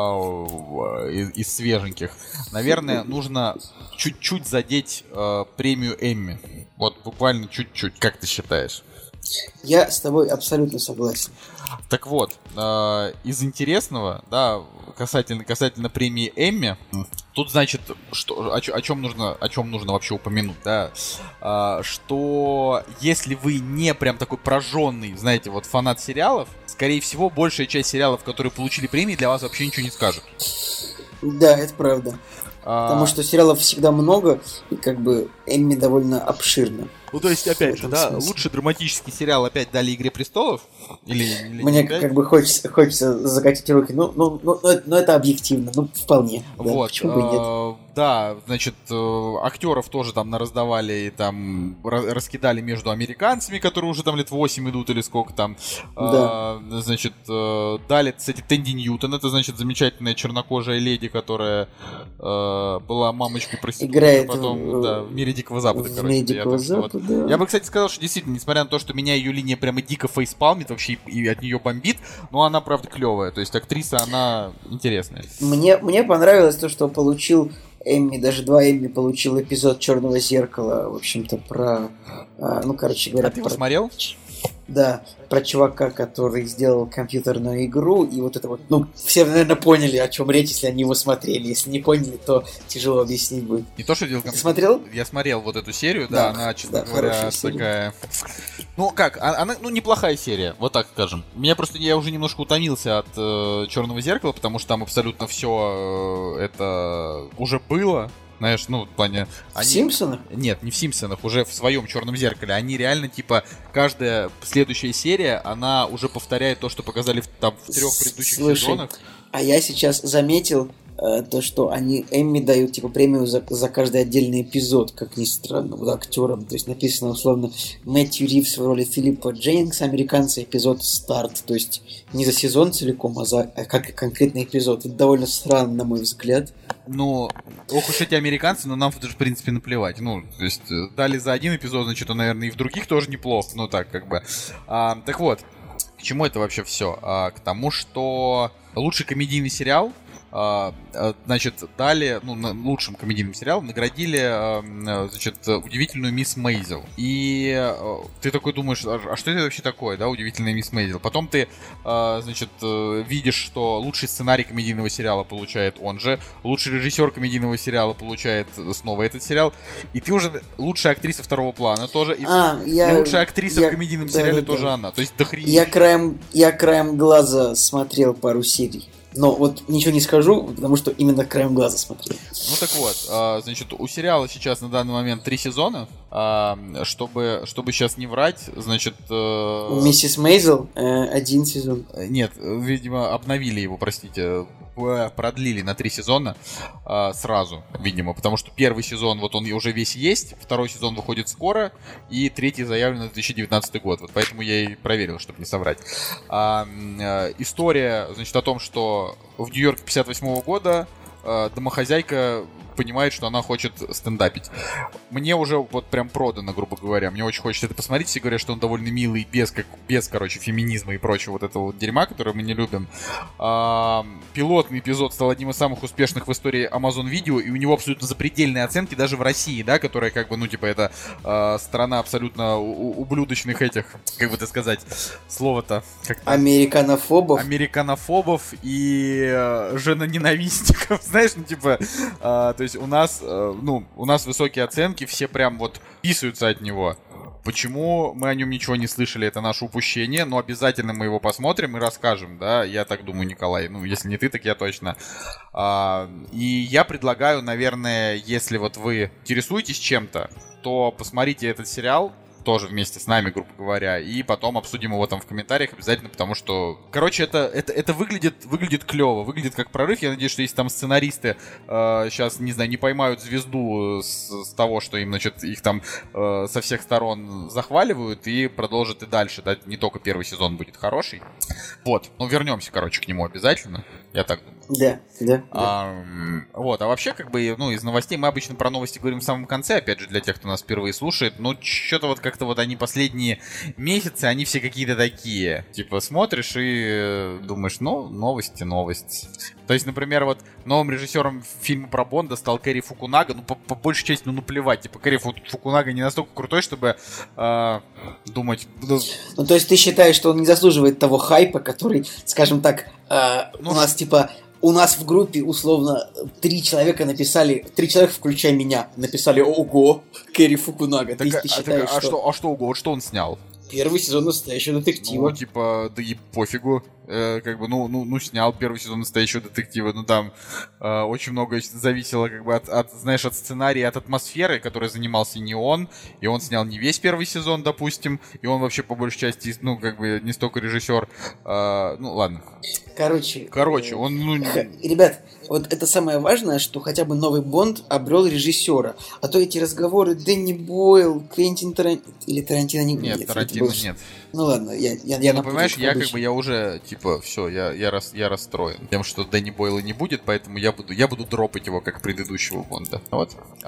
из свеженьких, наверное, нужно чуть-чуть задеть премию Эмми. Вот буквально чуть-чуть. Как ты считаешь? Я с тобой абсолютно согласен. Так вот, из интересного, да, касательно премии Эмми, тут, значит, о чем нужно вообще упомянуть, да, что если вы не прям такой прожженный, знаете, вот фанат сериалов, скорее всего, большая часть сериалов, которые получили премии, для вас вообще ничего не скажет. Да, это правда. Потому что сериалов всегда много, и как бы Эмми довольно обширно. Ну, то есть, опять же, да, лучший драматический сериал опять дали «Игре престолов»? Мне как бы хочется закатить руки, но это объективно, вполне. Вот, да, почему бы и нет? Да, значит, актеров тоже там нараздавали и там раскидали между американцами, которые уже там лет 8 идут или сколько там. Да. Значит, дали, кстати, Тэнди Ньютон, это, значит, замечательная чернокожая леди, которая была мамочкой проститутки. Играет потом, в «Мире Дикого Запада», в «Мире Дикого Запада», да. Я бы, кстати, сказал, что действительно, несмотря на то, что меня ее линия прямо дико фейспалмит вообще и от нее бомбит, но она, правда, клевая. То есть актриса, она интересная. Мне понравилось то, что получил Эмми, даже 2 Эмми получил эпизод «Черного зеркала», в общем-то, про... говоря... А ты его смотрел? Да, про чувака, который сделал компьютерную игру, и вот это вот, все, наверное, поняли, о чем речь, если они его смотрели. Если не поняли, то тяжело объяснить будет. Не то, что делал компьютер. Ты смотрел? Я смотрел вот эту серию, да, она, честно говоря, такая... Она, неплохая серия, вот так скажем. Я уже немножко утомился от «Черного зеркала», потому что там абсолютно все это уже было. Знаешь, в плане... В «Симпсонах»? Нет, не в «Симпсонах», уже в своем «Черном зеркале». Они реально, каждая следующая серия, она уже повторяет то, что показали в 3 предыдущих сезонах. А я сейчас заметил то, что они Эмми дают, премию за каждый отдельный эпизод, как ни странно, вот актерам. То есть написано, условно, Мэтью Ривз в роли Филиппа Дженнингса, американца, эпизод «Старт». То есть не за сезон целиком, а как конкретный эпизод. Это довольно странно, на мой взгляд. Ох уж эти американцы, но нам, в принципе, наплевать. То есть дали за один эпизод, значит, он, наверное, и в других тоже неплохо. Так вот, к чему это вообще все? К тому, что лучший комедийный сериал, значит, дали, лучшим комедийным сериалом наградили, значит, «Удивительную мисс Мейзел». И ты такой думаешь, а что это вообще такое, да, «Удивительная мисс Мейзел»? Потом ты, значит, видишь, что лучший сценарий комедийного сериала получает он же, лучший режиссер комедийного сериала получает снова этот сериал, и ты уже лучшая актриса второго плана тоже, и лучшая актриса в комедийном сериале тоже она. То есть я краем глаза смотрел пару серий. Но вот ничего не скажу, потому что именно краем глаза смотрел. Так вот, значит, у сериала сейчас на данный момент 3 сезона. Чтобы сейчас не врать, значит... У «Миссис Мейзел» 1 сезон. Нет, видимо, обновили его, простите, продлили на 3 сезона сразу, видимо, потому что первый сезон, вот он уже весь есть, второй сезон выходит скоро, и третий заявлен на 2019 год. Вот поэтому я и проверил, чтобы не соврать. История, значит, о том, что в Нью-Йорке 58 года домохозяйка понимает, что она хочет стендапить. Мне уже вот прям продано, грубо говоря. Мне очень хочется это посмотреть. Все говорят, что он довольно милый, без феминизма и прочего вот этого вот дерьма, которое мы не любим. Пилотный эпизод стал одним из самых успешных в истории Amazon Video, и у него абсолютно запредельные оценки даже в России, да, которая это страна абсолютно ублюдочных этих, как бы это сказать, слово-то как-то... Американофобов и женоненавистников, знаешь, то есть у нас высокие оценки, все прям вот писаются от него. Почему мы о нем ничего не слышали, это наше упущение, но обязательно мы его посмотрим и расскажем, да, я так думаю, Николай, если не ты, так я точно. И я предлагаю, наверное, если вот вы интересуетесь чем-то, то посмотрите этот сериал. тоже вместе с нами, грубо говоря, и потом обсудим его там в комментариях обязательно, потому что, короче, это выглядит клево, выглядит как прорыв. Я надеюсь, что если там сценаристы сейчас, не знаю, не поймают звезду с того, что им, значит, их там со всех сторон захваливают, и продолжат и дальше, да, не только первый сезон будет хороший. Вот, ну вернемся, короче, к нему обязательно, я так думаю. Да. Вот, а вообще, как бы, ну, из новостей, мы обычно про новости говорим в самом конце, опять же, для тех, кто нас впервые слушает, но что-то вот как-то вот они последние месяцы, они все какие-то такие, типа, смотришь и думаешь, ну, новость. То есть, например, вот новым режиссером фильма про Бонда стал Кэрри Фукунага, ну, по большей части, ну, плевать, типа, Кэрри Фукунага не настолько крутой, чтобы думать... Ну, то есть ты считаешь, что он не заслуживает того хайпа, который, скажем так, у нас, типа... У нас в группе, условно, 3 человека, включая меня, написали «Ого, Кэрри Фукунага». Так, ты считаешь, что ого, что он снял? Первый сезон «Настоящего детектива». Ну, типа, да и пофигу. Как бы, ну, снял первый сезон «Настоящего детектива». Ну, там очень много зависело, как бы, от сценария, от атмосферы, которой занимался не он. И он снял не весь первый сезон, допустим. И он вообще, по большей части, ну, как бы, не столько режиссер. Ну, ладно. Короче, он, ну... Ребят, вот это самое важное, что хотя бы новый Бонд обрел режиссера. А то эти разговоры Дэнни Бойл, Квентин Тарантино... Или Тарантино не... Нет, Тарантино нет. Ну ладно, я ну, понимаешь, я уже, типа, все, я расстроен тем, что Дэнни Бойла не будет, поэтому я буду дропать его, как предыдущего Бонда. Вот.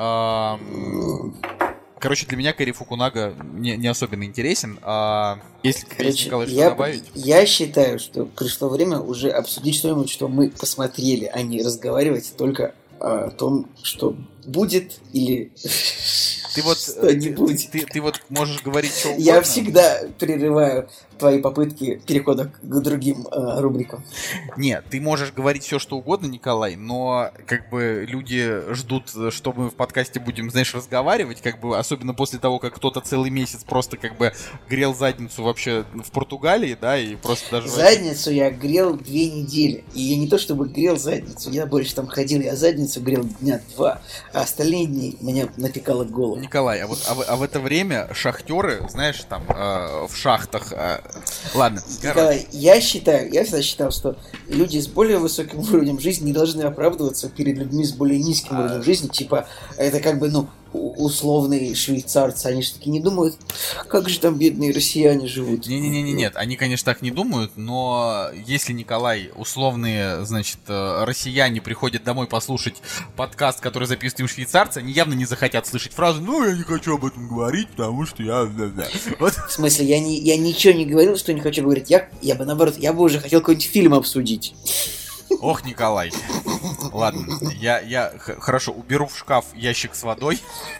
Короче, для меня Кэрри Фукунага не особенно интересен. Если есть, Николай, что добавить? Я считаю, что пришло время уже обсудить что-нибудь, что мы посмотрели, а не разговаривать только о том, что будет или что-нибудь. Ты вот можешь говорить что угодно. Я всегда прерываю твои попытки перехода к другим рубрикам. Нет, ты можешь говорить все, что угодно, Николай, но как бы люди ждут, что мы в подкасте будем, знаешь, разговаривать, как бы, особенно после того, как кто-то целый месяц просто как бы грел задницу вообще в Португалии, да, и просто даже... Задницу я грел 2 недели. И я не то чтобы грел задницу, я больше там ходил, я задницу грел дня 2, а остальные дни меня напекало голову. Николай, а в это время шахтеры, знаешь, там, в шахтах... Ладно. Николай, я всегда считал, что люди с более высоким уровнем жизни не должны оправдываться перед людьми с более низким уровнем жизни. Типа, это как бы, ну, условные швейцарцы, они же таки не думают, как же там бедные россияне живут. Нет, они, конечно, так не думают, но если, Николай, условные, значит, россияне приходят домой послушать подкаст, который записывают им швейцарцы, они явно не захотят слышать фразу «Ну, я не хочу об этом говорить, потому что я...» Вот. В смысле, я ничего не говорил, что не хочу говорить, я бы, наоборот, я бы уже хотел какой-нибудь фильм обсудить. Ох, Николай. Ладно, я хорошо, уберу в шкаф ящик с водой.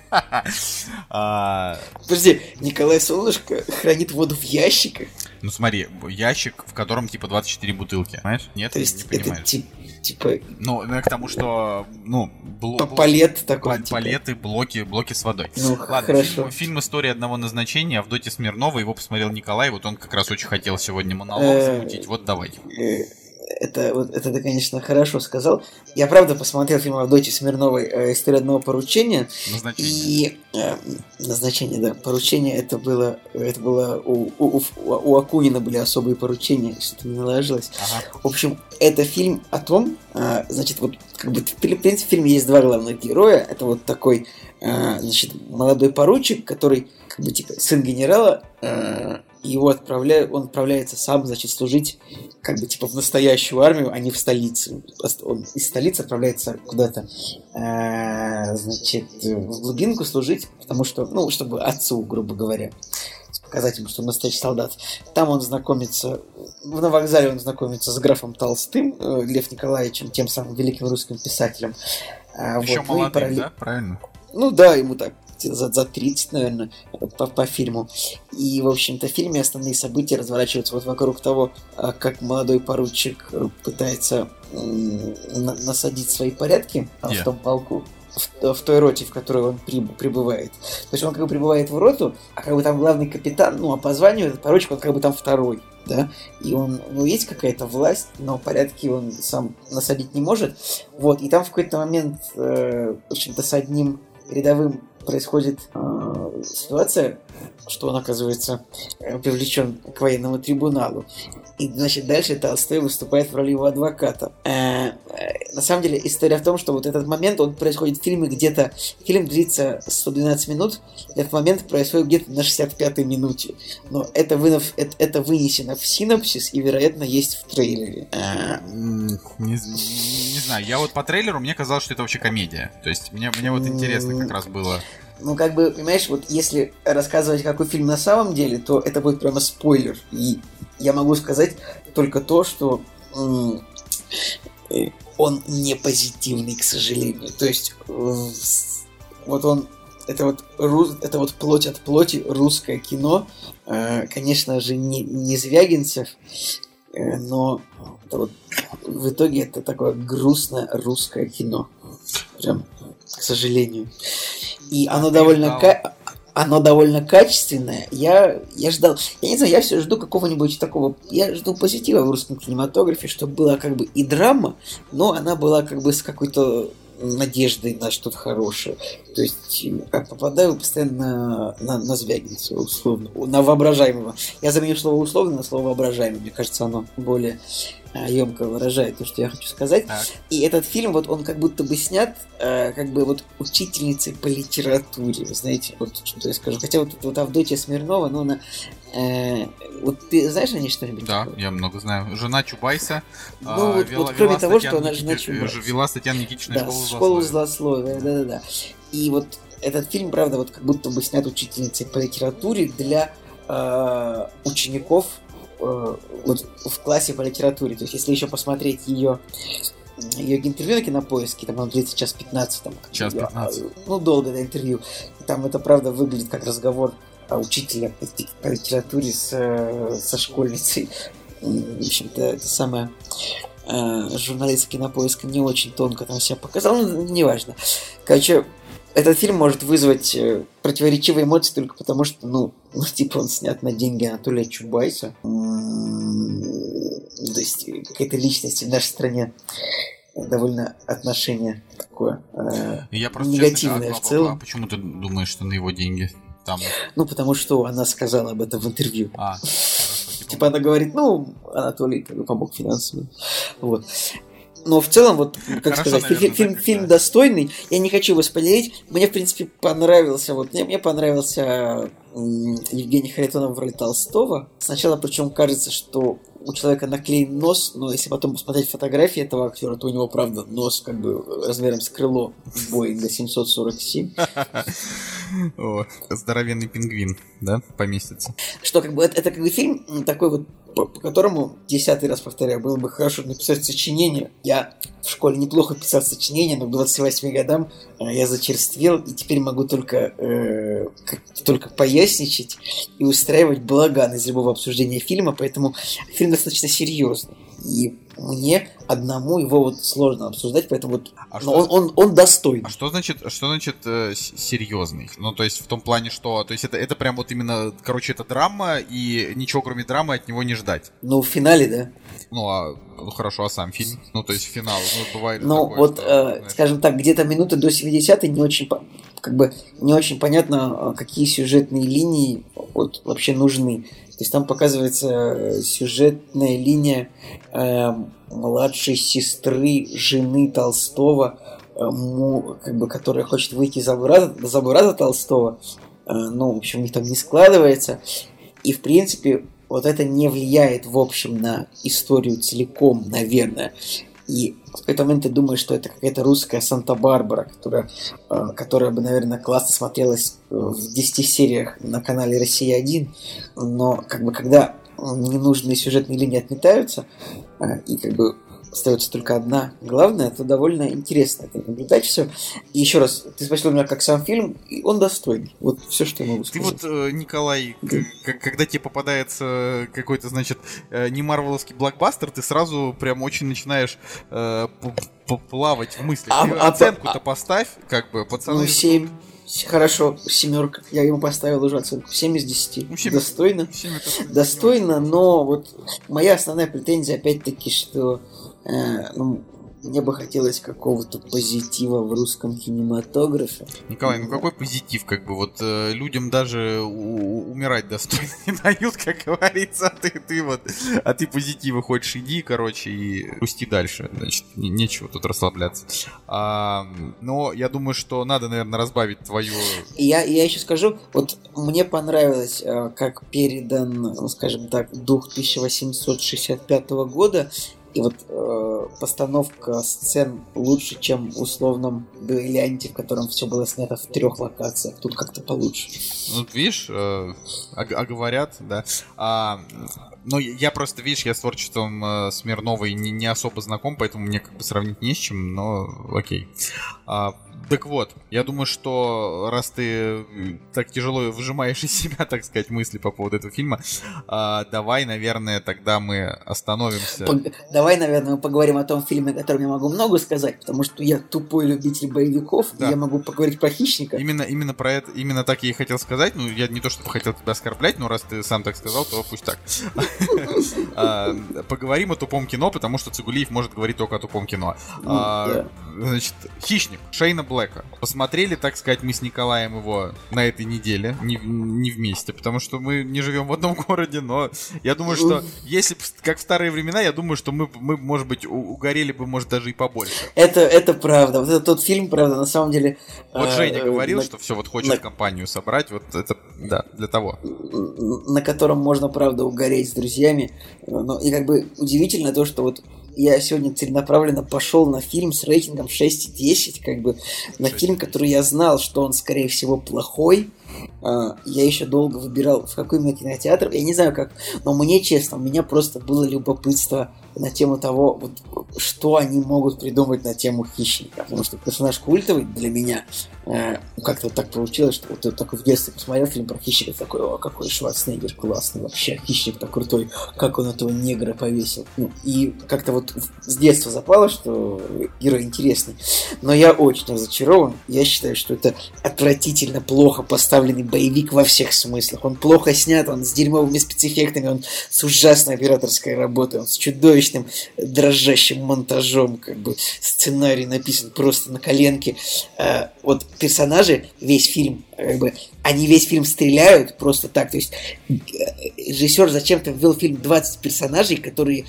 Подожди, Николай Солнышко хранит воду в ящиках? Ну смотри, ящик, в котором типа 24 бутылки, понимаешь? Нет, то есть не понимаешь. Это типа... Ну, к тому, что, ну... Палет такой, палеты, блоки с водой. Ну, ладно, хорошо. Фильм «История одного назначения» Авдотьи Смирновой, его посмотрел Николай, вот он как раз очень хотел сегодня монолог замутить, вот давай. Это ты, конечно, хорошо сказал. Я правда посмотрел фильм Авдотьи Смирновой «История одного поручения». Назначение, да. Поручение это было у Акунина были особые поручения, что-то не наложилось. Ага. В общем, это фильм о том, значит, вот как бы в принципе в фильме есть 2 главных героя. Это вот такой, значит, молодой поручик, который как бы типа сын генерала. Его он отправляется сам, значит, служить как бы типа в настоящую армию, а не в столицу. Он из столицы отправляется куда-то, значит, в глубинку служить, потому что, ну, чтобы отцу, грубо говоря, показать ему, что он настоящий солдат. Там он знакомится, на вокзале он знакомится с графом Толстым, Лев Николаевичем, тем самым великим русским писателем. Еще вот, молодым, да? Правильно? Ну да, ему так за 30, наверное, по фильму. И, в общем-то, в фильме основные события разворачиваются вот вокруг того, как молодой поручик пытается насадить свои порядки в том полку, в той роте, в которой он прибывает. То есть он как бы прибывает в роту, а как бы там главный капитан, ну, а по званию этот поручик, он как бы там второй, да, и у него есть какая-то власть, но порядки он сам насадить не может. Вот, и там в какой-то момент, в общем-то, с одним рядовым происходит ситуация, что он оказывается привлечен к военному трибуналу. И, значит, дальше Толстой выступает в роли его адвоката. На самом деле, история в том, что вот этот момент, он происходит в фильме где-то... Фильм длится 112 минут, этот момент происходит где-то на 65-й минуте. Но это вынесено в синопсис и, вероятно, есть в трейлере. Не знаю, я вот по трейлеру, мне казалось, что это вообще комедия. То есть, мне вот интересно как раз было... Ну, как бы, понимаешь, вот если рассказывать, какой фильм на самом деле, то это будет прямо спойлер. И я могу сказать только то, что он не позитивный, к сожалению. То есть, вот он... Это вот плоть от плоти русское кино. Конечно же, не Звягинцев, но это вот, в итоге это такое грустное русское кино. Прям, к сожалению. И оно довольно качественное. Я ждал... Я не знаю, я все жду какого-нибудь такого... Я жду позитива в русском кинематографе, чтобы была как бы и драма, но она была как бы с какой-то надеждой на что-то хорошее. То есть я попадаю постоянно на Звягинцева, условно, на воображаемого. Я заменю слово условно на слово воображаемый. Мне кажется, оно более емко выражает то, что я хочу сказать. Так. И этот фильм, вот он как будто бы снят как бы вот учительницей по литературе. Вы знаете, вот что я скажу. Хотя вот Авдотья Смирнова, но она... вот ты знаешь о ней что-нибудь? Да, такое? я много знаю. Жена Чубайса. Ну, вот кроме того, что она жена Чубайса. Вела с Татьяной Никитичной Да, школу злословия. Да. И вот этот фильм, правда, вот как будто бы снят учительницей по литературе для учеников вот в классе по литературе. То есть, если еще посмотреть ее интервью на Кинопоиске, там оно длится час 15. Час 15. Ну, долго, да, интервью. И там это, правда, выглядит как разговор учителя по литературе со школьницей. В общем-то, это самое... журналист Кинопоиска не очень тонко там себя показал, ну, неважно. Короче, этот фильм может вызвать противоречивые эмоции только потому, что, ну, типа он снят на деньги Анатолия Чубайса. То есть какая-то личность в нашей стране довольно отношение такое Я просто негативное в целом. А почему ты думаешь, что на его деньги? Там... Ну, потому что она сказала об этом в интервью. Хорошо, типа она говорит, ну, Анатолий как бы помог финансово. Вот. Но в целом, вот, как Хорошо, сказать, наверное, фильм достойный. Я не хочу его спойлерить. Мне, в принципе, понравился. Вот, мне понравился Евгений Харитонов в роли Толстого. Сначала, причем, кажется, что у человека наклеен нос, но если потом посмотреть фотографии этого актера, то у него, правда, нос как бы размером с крыло Боинга 747. О, здоровенный пингвин, да, поместится. Что, как бы, это как бы фильм такой вот, по которому, 10-й раз повторяю, было бы хорошо написать сочинение. Я в школе неплохо писал сочинения, но к 28 годам я зачерствел, и теперь могу только поясничать и устраивать балаган из любого обсуждения фильма, поэтому фильм достаточно серьезный. И мне одному его вот сложно обсуждать, поэтому вот он достойный. А что значит серьезный? Ну, то есть в том плане, что, то есть это прям вот именно, короче, это драма, и ничего кроме драмы от него не ждать. Ну, в финале, да. Ну, хорошо, а сам фильм? Ну, то есть финал, ну, бывает ну, такое, вот, что, скажем так, где-то минуты до 70-й не очень понятно, какие сюжетные линии вот вообще нужны. То есть там показывается сюжетная линия младшей сестры жены Толстого, которая хочет выйти за брата Толстого. Ну, в общем, у них там не складывается. И, в принципе, вот это не влияет, в общем, на историю целиком, наверное. И в какой-то момент ты думаешь, что это какая-то русская Санта-Барбара, которая бы, наверное, классно смотрелась в 10 сериях на канале «Россия-1», но как бы когда ненужные сюжетные линии отметаются, и как бы остается только одна главная, то довольно интересно это наблюдать все. И еще раз, ты спросил меня, как сам фильм, и он достойный. Вот все, что я могу сказать. Ты вот, Николай, когда тебе попадается какой-то, значит, не марвеловский блокбастер, ты сразу прям очень начинаешь плавать в мыслях. Оценку-то поставь, как бы, пацаны. Ну, 7. Хорошо, 7. Я ему поставил уже оценку 7 из 10. Ну, 7, достойно. 7 достойно, но вот моя основная претензия опять-таки, что мне бы хотелось какого-то позитива в русском кинематографе. Николай, ну какой позитив, как бы, вот людям даже умирать достойно не дают, как говорится, а ты позитива хочешь, иди, короче, и пусти дальше, значит, нечего тут расслабляться. Но я думаю, что надо, наверное, разбавить твою... Я еще скажу, вот мне понравилось, как передан, ну, скажем так, дух 1865 года, и вот постановка сцен лучше, чем в условном «Дуэлянте», в котором все было снято в 3 локациях. Тут как-то получше. Ну, видишь, говорят, да. Но я просто, видишь, я с творчеством Смирновой не особо знаком, поэтому мне как бы сравнить не с чем, но окей. Так вот, я думаю, что раз ты так тяжело выжимаешь из себя, так сказать, мысли по поводу этого фильма, давай, наверное, тогда мы остановимся. Давай, наверное, мы поговорим о том фильме, о котором я могу много сказать, потому что я тупой любитель боевиков, да. И я могу поговорить про «Хищника». Именно про это, именно так я и хотел сказать. Ну, я не то, чтобы хотел тебя оскорблять, но раз ты сам так сказал, то пусть так. Поговорим о тупом кино, потому что Цигулиев может говорить только о тупом кино. Значит, «Хищник» Шейна Блэка. Посмотрели, так сказать, мы с Николаем его на этой неделе, не вместе, потому что мы не живем в одном городе, но я думаю, что если как в старые времена, я думаю, что мы может быть, угорели бы, может, даже и побольше. Это правда. Вот это тот фильм, правда, на самом деле... Вот Женя говорил, что все вот хочет компанию собрать, вот это, да, для того. На котором можно, правда, угореть с друзьями. Но, и как бы удивительно то, что вот я сегодня целенаправленно пошел на фильм с рейтингом 6,10, как бы на фильм, который я знал, что он, скорее всего, плохой. Я еще долго выбирал, в какой именно кинотеатр. Я не знаю как, но мне, честно, у меня просто было любопытство на тему того, вот, что они могут придумать на тему «Хищника». Потому что персонаж культовый для меня. Как-то так получилось, что вот я такой в детстве посмотрел фильм про «Хищника», такой: о, какой Шварценеггер классный вообще, «Хищник-то крутой, как он этого негра повесил». Ну, и как-то вот с детства запало, что герой интересный. Но я очень разочарован. Я считаю, что это отвратительно плохо поставленный боевик во всех смыслах. Он плохо снят, он с дерьмовыми спецэффектами, он с ужасной операторской работой, он с чудовищным дрожащим монтажом, как бы сценарий написан просто на коленке. Вот персонажи, весь фильм, как бы, они весь фильм стреляют просто так. То есть режиссер зачем-то ввел в фильм 20 персонажей, которые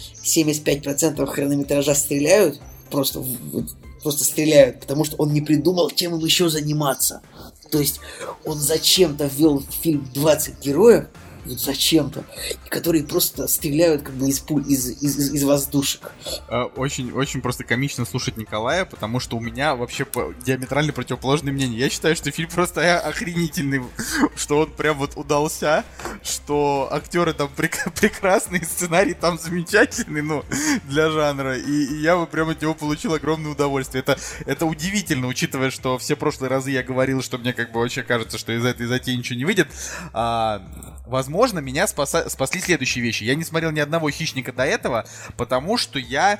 75% хронометража стреляют, просто стреляют, потому что он не придумал, чем им еще заниматься. То есть он зачем-то ввел в фильм 20 героев, вот зачем-то, которые просто стреляют как бы из пуль, из воздушек. Очень, очень просто комично слушать Николая, потому что у меня вообще диаметрально противоположное мнение. Я считаю, что фильм просто охренительный, что он прям вот удался, что актеры там прекрасные, сценарий там замечательный, ну, для жанра, и я бы прям от него получил огромное удовольствие. Это удивительно, учитывая, что все прошлые разы я говорил, что мне как бы вообще кажется, что из этой затеи ничего не выйдет. Возможно, меня спасли следующие вещи. Я не смотрел ни одного «Хищника» до этого, потому что я...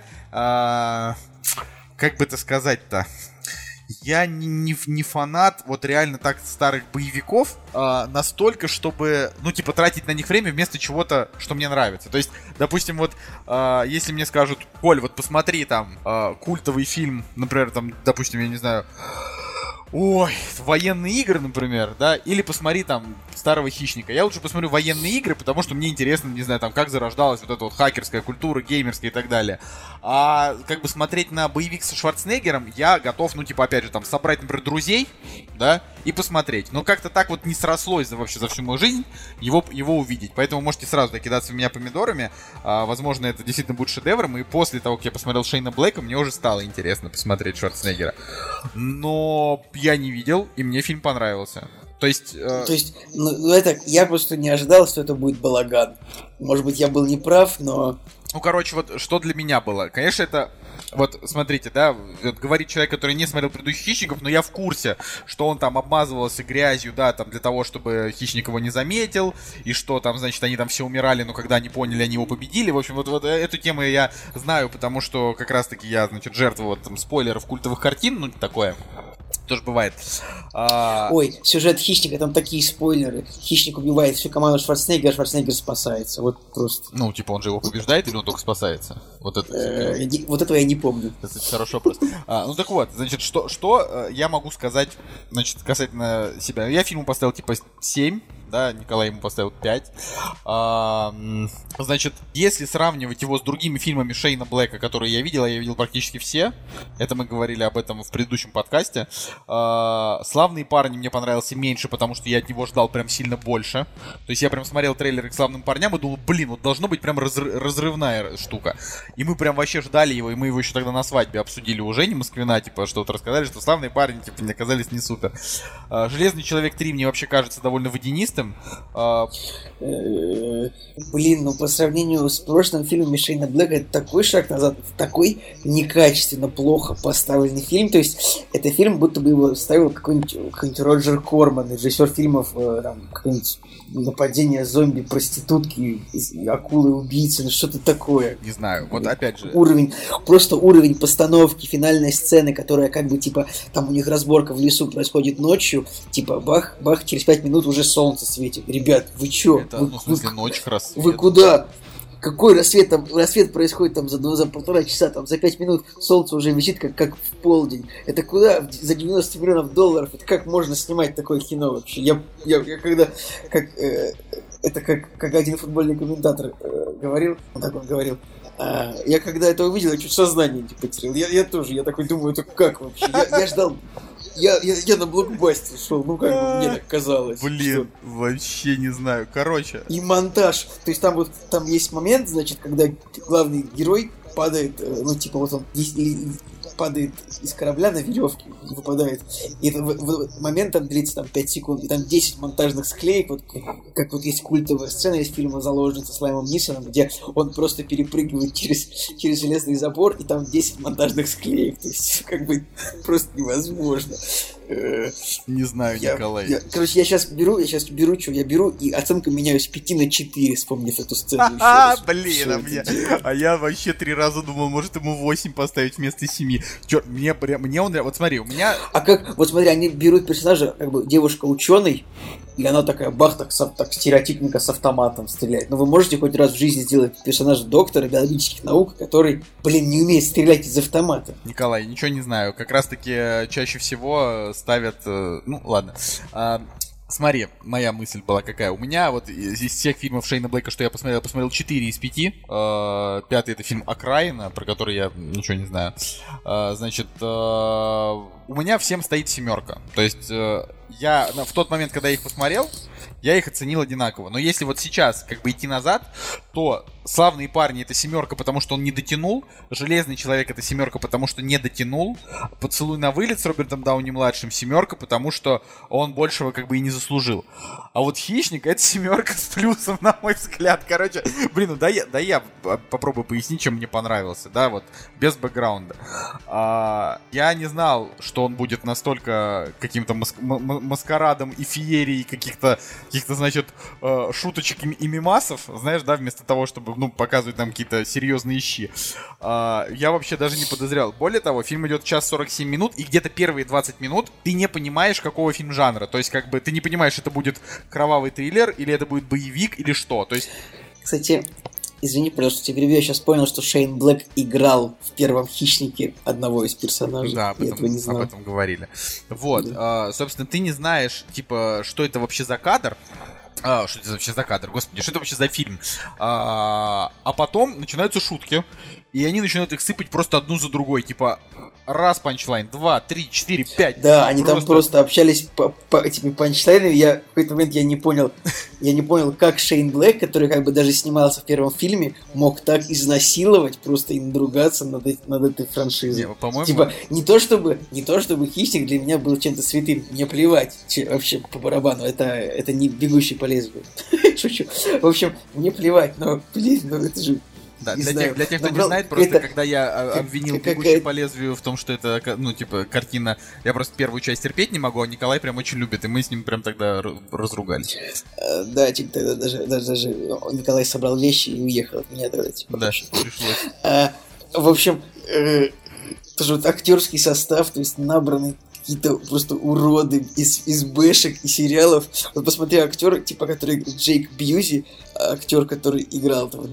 как бы это сказать-то? Я не фанат вот реально так старых боевиков настолько, чтобы, ну, типа, тратить на них время вместо чего-то, что мне нравится. То есть, допустим, вот, если мне скажут: Коль, вот посмотри там культовый фильм, например, там, допустим, я не знаю... Ой, военные игры, например, да, или посмотри там старого «Хищника». Я лучше посмотрю военные игры, потому что мне интересно, не знаю, там, как зарождалась вот эта вот хакерская культура, геймерская и так далее. А как бы смотреть на боевик со Шварценеггером я готов, ну, типа, опять же, там, собрать, например, друзей, да, и посмотреть. Но как-то так вот не срослось вообще за всю мою жизнь его увидеть. Поэтому можете сразу кидаться в меня помидорами. Возможно, это действительно будет шедевром. И после того, как я посмотрел Шейна Блэка, мне уже стало интересно посмотреть Шварценеггера. Но я не видел, и мне фильм понравился. То есть, ну, это я просто не ожидал, что это будет балаган. Может быть, я был неправ, но... Ну, короче, вот что для меня было. Конечно, это... Вот, смотрите, да, вот говорит человек, который не смотрел предыдущих «Хищников», но я в курсе, что он там обмазывался грязью, да, там, для того, чтобы «Хищник» его не заметил, и что там, значит, они там все умирали, но когда они поняли, они его победили. В общем, вот эту тему я знаю, потому что как раз-таки я, значит, жертва вот там спойлеров культовых картин, ну, такое... Тоже бывает. Ой, сюжет «Хищника», там такие спойлеры. «Хищник» убивает всю команду Шварценеггера, а Шварценеггер спасается. Вот просто. Ну, типа, он же его побеждает или он только спасается? Вот это я не помню. Это хорошо просто. Ну так вот, значит, что я могу сказать, значит, касательно себя. Я фильму поставил типа 7, да, Николай ему поставил 5. Значит, если сравнивать его с другими фильмами Шейна Блэка, которые я видел практически все. Это мы говорили об этом в предыдущем подкасте. «Славные парни» мне понравился меньше, потому что я от него ждал прям сильно больше. То есть я прям смотрел трейлеры к «Славным парням» и думал, блин, вот должно быть прям разрывная штука. И мы прям вообще ждали его, и мы его еще тогда на свадьбе обсудили у Жени Москвина, типа, что-то рассказали, что «Славные парни», типа, мне оказались не супер. «Железный человек 3» мне вообще кажется довольно водянистым. Блин, ну по сравнению с прошлым фильмом Шейна Блэка, это такой шаг назад, такой некачественно плохо поставленный фильм. То есть это фильм, будто бы его ставил какой-нибудь Роджер Корман, режиссер фильмов там, какое-нибудь «Нападение зомби», «Проститутки», «Акулы-убийцы», ну что-то такое. Не знаю, вот опять же. Просто уровень постановки, финальной сцены, которая как бы типа, там у них разборка в лесу происходит ночью, типа бах, через 5 минут уже солнце светит. Ребят, вы чё? Это, в смысле, ночь к рассвету. Вы куда? Какой рассвет? Там рассвет происходит там за 1,5 часа, там за 5 минут солнце уже висит как в полдень. Это куда? За 90 миллионов долларов. Это как можно снимать такое кино вообще? Я когда это как один футбольный комментатор говорил, вот так он говорил. Я когда это увидел, я чуть сознание не потерял. Я тоже, я такой думаю, это как вообще? Я ждал. Я на блокбастер шел, ну как бы мне так казалось. Блин, вообще не знаю. Короче. И монтаж. То есть там есть момент, значит, когда главный герой падает, ну типа вот он падает из корабля на веревке, выпадает. И это момент там длится там 5 секунд, и там 10 монтажных склеек, вот как вот есть культовая сцена из фильма «Заложница» с Лаймом Нисоном, где он просто перепрыгивает через железный забор, и там 10 монтажных склеек. То есть как бы просто невозможно. Не знаю, Николай. Короче, я сейчас беру, и оценку меняю с 5 на 4, вспомнив эту сцену. Блин, а я вообще 3 раза думал, может ему 8 поставить вместо 7. Чёрт, мне он... Вот смотри, у меня... А как... Вот смотри, они берут персонажа, как бы девушка-ученый, и она такая бах, так стереотипненько с автоматом стреляет. Но вы можете хоть раз в жизни сделать персонажа доктора биологических наук, который, блин, не умеет стрелять из автомата? Николай, ничего не знаю. Как раз-таки чаще всего ставят... Ну, ладно. Смотри, моя мысль была какая. У меня вот из всех фильмов Шейна Блэка, что я посмотрел 4 из 5. Пятый — это фильм «Окраина», про который я ничего не знаю. Значит, у меня всем стоит 7. То есть я в тот момент, когда я их посмотрел, я их оценил одинаково. Но если вот сейчас как бы идти назад, то «Славные парни» — это 7, потому что он не дотянул. «Железный человек» — это 7, потому что не дотянул. «Поцелуй на вылет» с Робертом Дауни-младшим — 7, потому что он большего как бы и не заслужил. А вот «Хищник» — это 7 с плюсом, на мой взгляд. Короче, блин, ну да я попробую пояснить, чем мне понравился, да, вот, без бэкграунда. Я не знал, что он будет настолько каким-то маскарадом и феерией каких-то, значит, шуточек и мемасов, знаешь, да, вместо того, чтобы, ну, показывать нам какие-то серьезные щи. Я вообще даже не подозревал. Более того, фильм идет 1:47 минут, и где-то первые 20 минут ты не понимаешь, какого фильм жанра. То есть, как бы, ты не понимаешь, это будет кровавый триллер, или это будет боевик, или что. То есть... Кстати, извини, пожалуйста, что я сейчас понял, что Шейн Блэк играл в первом «Хищнике» одного из персонажей. Да, об этом говорили. Вот, да. Собственно, ты не знаешь, типа, что это вообще за кадр. Что это вообще за кадр? Господи, что это вообще за фильм? А потом начинаются шутки, и они начинают их сыпать просто одну за другой. Типа, раз панчлайн, 2, 3, 4, 5. Да, они там просто общались по этими панчлайнами. В какой-то момент я не понял, как Шейн Блэк, который как бы даже снимался в первом фильме, мог так изнасиловать просто и надругаться над этой франшизой. По-моему... Типа, не то чтобы «Хищник» для меня был чем-то святым. Мне плевать, вообще по барабану. Это не «Бегущий по лезвию». Шучу. В общем, мне плевать, но, блин, это же... Да, для тех, кто не знает, просто когда я обвинил «Бегущий по лезвию» в том, что это, ну, типа, картина... Я просто первую часть терпеть не могу, а Николай прям очень любит, и мы с ним прям тогда разругались. Да, типа, тогда даже Николай собрал вещи и уехал от меня тогда, типа. Да, пришлось. В общем, тоже вот актерский состав, то есть набранный какие-то просто уроды из бэшек и сериалов. Вот посмотри, актер, типа, который Джейк Бьюзи, актер, который играл там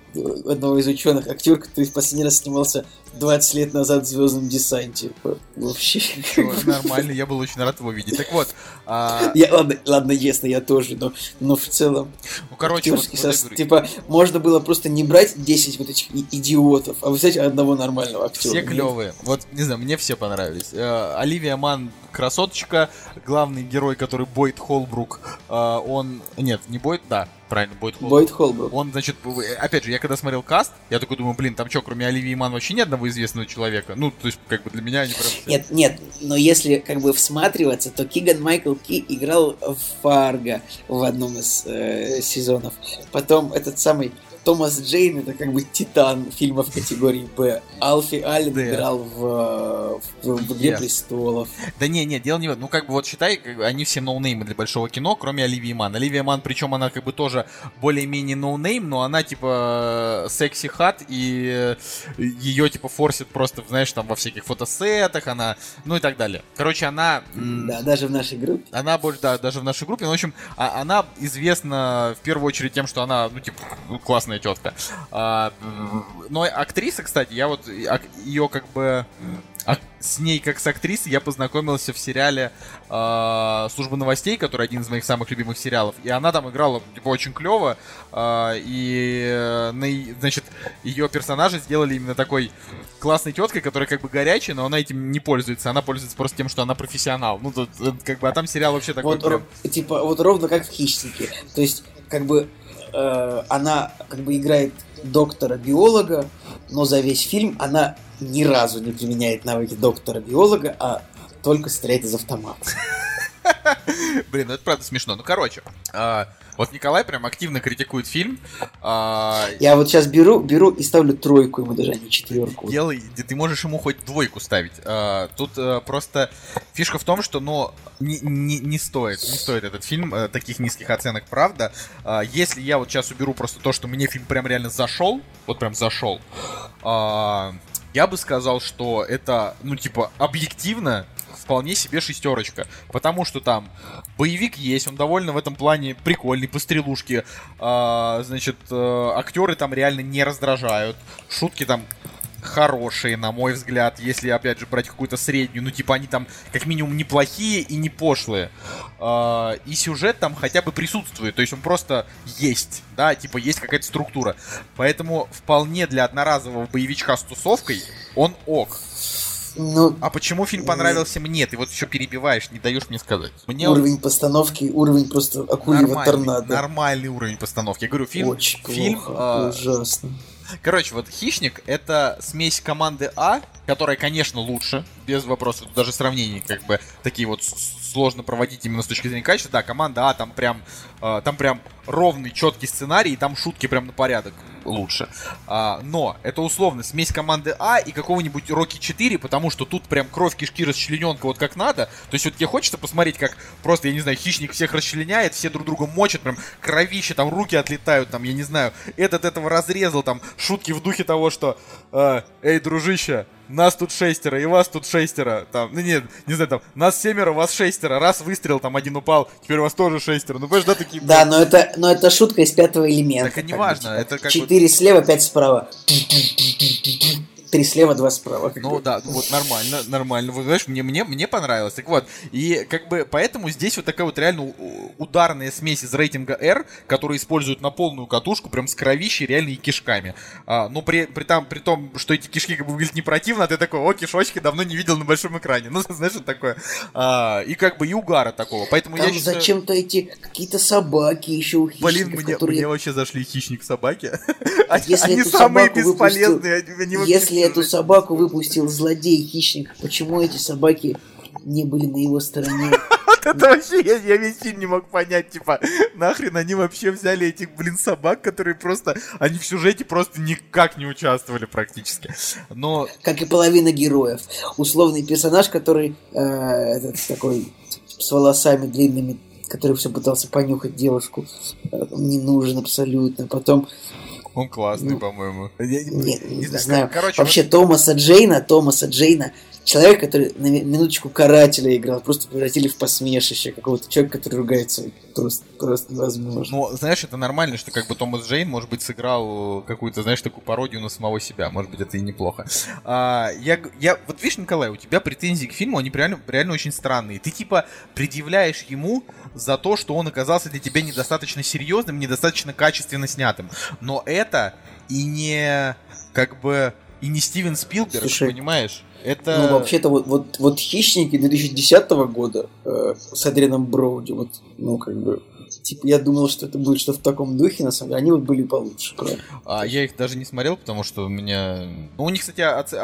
одного из ученых, актер, который в последний раз снимался 20 лет назад в «Звездном десанте». Вообще. Нормально, я был очень рад его видеть. Так вот. Ладно, ясно, я тоже, но в целом. Ну, короче, типа, можно было просто не брать 10 вот этих идиотов, а взять одного нормального актера. Все клевые. Вот, не знаю, мне все понравились. Оливия Манн красоточка, главный герой, который Бойд Холбрук, он... Нет, не Бойд, да, правильно, Бойд Холбрук. Он, значит, опять же, я когда смотрел каст, я такой думаю, блин, там что, кроме Оливии Манн вообще ни одного известного человека? Ну, то есть, как бы для меня они прям... Нет, но если как бы всматриваться, то Киган Майкл Ки играл в Фарго в одном из сезонов. Потом этот самый Томас Джейн, это как бы титан фильмов категории Б. Алфи Аллен играл в «Игре престолов». Да не, дело не в этом. Ну, как бы вот считай, они все ноунеймы для большого кино, кроме Оливии Манн. Оливия Манн, причем она как бы тоже более-менее ноунейм, но она типа секси-хат, и ее типа форсит просто, знаешь, там во всяких фотосетах, она, ну и так далее. Короче, она... Да, даже в нашей группе. Она больше, да, даже в нашей группе. Ну, в общем, она известна в первую очередь тем, что она, ну, типа, классная тетка. Но актриса, кстати, я вот ее как бы... С ней, как с актрисой, я познакомился в сериале «Служба новостей», который один из моих самых любимых сериалов. И она там играла, типа, очень клево. Значит, ее персонажа сделали именно такой классной теткой, которая как бы горячая, но она этим не пользуется. Она пользуется просто тем, что она профессионал. Ну, тут, как бы, а там сериал вообще такой... Вот, прям... Типа, вот ровно как в «Хищнике». То есть, как бы, она как бы играет доктора-биолога, но за весь фильм она ни разу не применяет навыки доктора-биолога, а только стреляет из автомата. Блин, ну это правда смешно. Ну, короче, вот Николай прям активно критикует фильм. Я вот сейчас беру и ставлю 3 ему даже, а не 4. Делай, ты можешь ему хоть 2 ставить. Тут просто фишка в том, что, ну, не стоит этот фильм таких низких оценок, правда. Если я вот сейчас уберу просто то, что мне фильм прям реально зашел, вот прям зашел, я бы сказал, что это, ну, типа, объективно вполне себе 6. Потому что там боевик есть, он довольно в этом плане прикольный, по стрелушке. Значит, актеры там реально не раздражают. Шутки там хорошие, на мой взгляд, если, опять же, брать какую-то среднюю. Ну, типа, они там как минимум неплохие и не пошлые. И сюжет там хотя бы присутствует. То есть он просто есть, да, типа, есть какая-то структура. Поэтому вполне для одноразового боевичка с тусовкой он ок. Ну, а почему фильм понравился мне? Ты вот еще перебиваешь, не даешь мне сказать. Мне уровень постановки, уровень просто акульего торнадо. Нормальный уровень постановки. Я говорю, фильм... Очень плохо, ужасно. Короче, вот «Хищник» — это смесь команды А, которая, конечно, лучше, без вопросов, даже сравнений, как бы, такие вот сложно проводить именно с точки зрения качества. Да, команда А, там прям ровный, четкий сценарий, и там шутки прям на порядок лучше. Но это условно смесь команды А и какого-нибудь Рокки 4, потому что тут прям кровь, кишки, расчлененка вот как надо. То есть вот тебе хочется посмотреть, как просто, я не знаю, хищник всех расчленяет, все друг друга мочат, прям кровище, там руки отлетают, там, я не знаю, этот этого разрезал, там, шутки в духе того, что эй, дружище, нас тут 6, и вас тут 6, там, ну нет, не знаю, там, нас 7, вас 6, раз выстрел, там, один упал, теперь у вас тоже 6, ну, понимаешь, да, такие... Да, но это шутка из 5 элемента. Так и не важно, это как 4 слева, 5 справа. 3 слева, 2 справа. Ну да, вот нормально. Вы знаешь, мне понравилось. Так вот, и как бы поэтому здесь вот такая вот реально ударная смесь из рейтинга R, которую используют на полную катушку, прям с кровищей, реально и кишками. Но при том, что эти кишки как бы выглядят не противно, а ты такой, о, кишочки давно не видел на большом экране. Ну, знаешь, что такое. И как бы и угара такого. Поэтому там я считаю... зачем-то эти какие-то собаки еще у хищников, Блин, которые... мне вообще зашли хищник-собаки. Они самые бесполезные. Если эту собаку выпустил злодей-хищник, почему эти собаки не были на его стороне? Вот это вообще, я весь фильм не мог понять, типа, нахрен они вообще взяли этих, собак, которые просто, они в сюжете просто никак не участвовали практически. Но... Как и половина героев. Условный персонаж, который такой с волосами длинными, который все пытался понюхать девушку, не нужен абсолютно. Потом... Он классный, по-моему. Не знаю. Короче, вообще, Томаса Джейна человек, который на минуточку карателя играл, просто превратили в посмешище какого-то человека, который ругается просто невозможно. Ну, знаешь, это нормально, что как бы Томас Джейн, может быть, сыграл какую-то, знаешь, такую пародию на самого себя. Может быть, это и неплохо. Вот видишь, Николай, у тебя претензии к фильму, они реально очень странные. Ты типа предъявляешь ему за то, что он оказался для тебя недостаточно серьезным, недостаточно качественно снятым. Но это и не как бы и не Стивен Спилберг, понимаешь? Это... Ну, вообще-то, вот «Хищники» 2010 года с Адрианом Броуди, вот, ну, как бы, типа, я думал, что это будет что-то в таком духе, на самом деле, они вот были получше, правда. Я их даже не смотрел, потому что у меня... Ну, у них, кстати,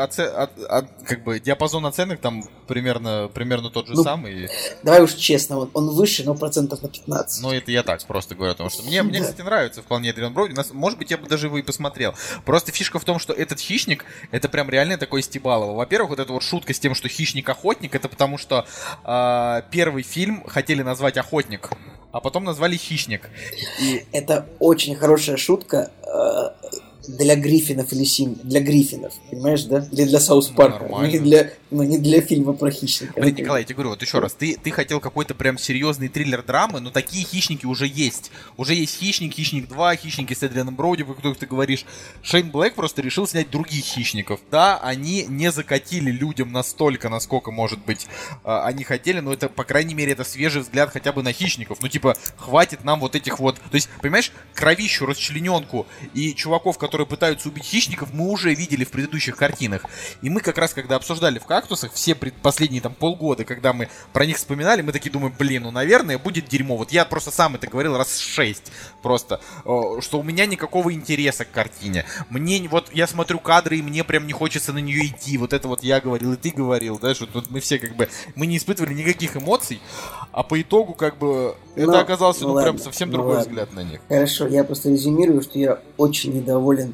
как бы диапазон оценок там примерно тот же самый. Давай уж честно, он выше, но процентов на 15. Ну, это я так просто говорю, потому что мне кстати, нравится вполне Адриан Броуди. Может быть, я бы даже его и посмотрел. Просто фишка в том, что этот «Хищник» — это прям реально такой Стебалово. Во-первых, вот эта вот шутка с тем, что «Хищник-охотник», это потому что первый фильм хотели назвать «Охотник», а потом назвали «Хищник». Это очень хорошая шутка для Гриффинов или для Гриффинов, понимаешь, да? Или для Саус Парка, не для фильма про хищника. Блин, Николай, я тебе говорю, вот еще раз, ты хотел какой-то прям серьезный триллер драмы, но такие «Хищники» уже есть. Уже есть «Хищник», «Хищник 2», «Хищники» с Эдрианом Броуди, как ты говоришь. Шейн Блэк просто решил снять других «Хищников». Да, они не закатили людям настолько, насколько, может быть, они хотели, но это, по крайней мере, это свежий взгляд хотя бы на «Хищников». Ну, типа, хватит нам вот этих вот... То есть, понимаешь, кровищу, расчлененку и чуваков, которые пытаются убить хищников, мы уже видели в предыдущих картинах. И мы как раз, когда обсуждали в «Кактусах», все последние там полгода, когда мы про них вспоминали, мы такие думаем, блин, ну, наверное, будет дерьмо. Вот я просто сам это говорил раз 6 просто, что у меня никакого интереса к картине. Мне, вот, я смотрю кадры, и мне прям не хочется на нее идти. Вот это вот я говорил, и ты говорил, да, что вот мы все как бы, мы не испытывали никаких эмоций, а по итогу как бы это оказался, ну, прям совсем другой взгляд на них. Хорошо, я просто резюмирую, что я очень недоволен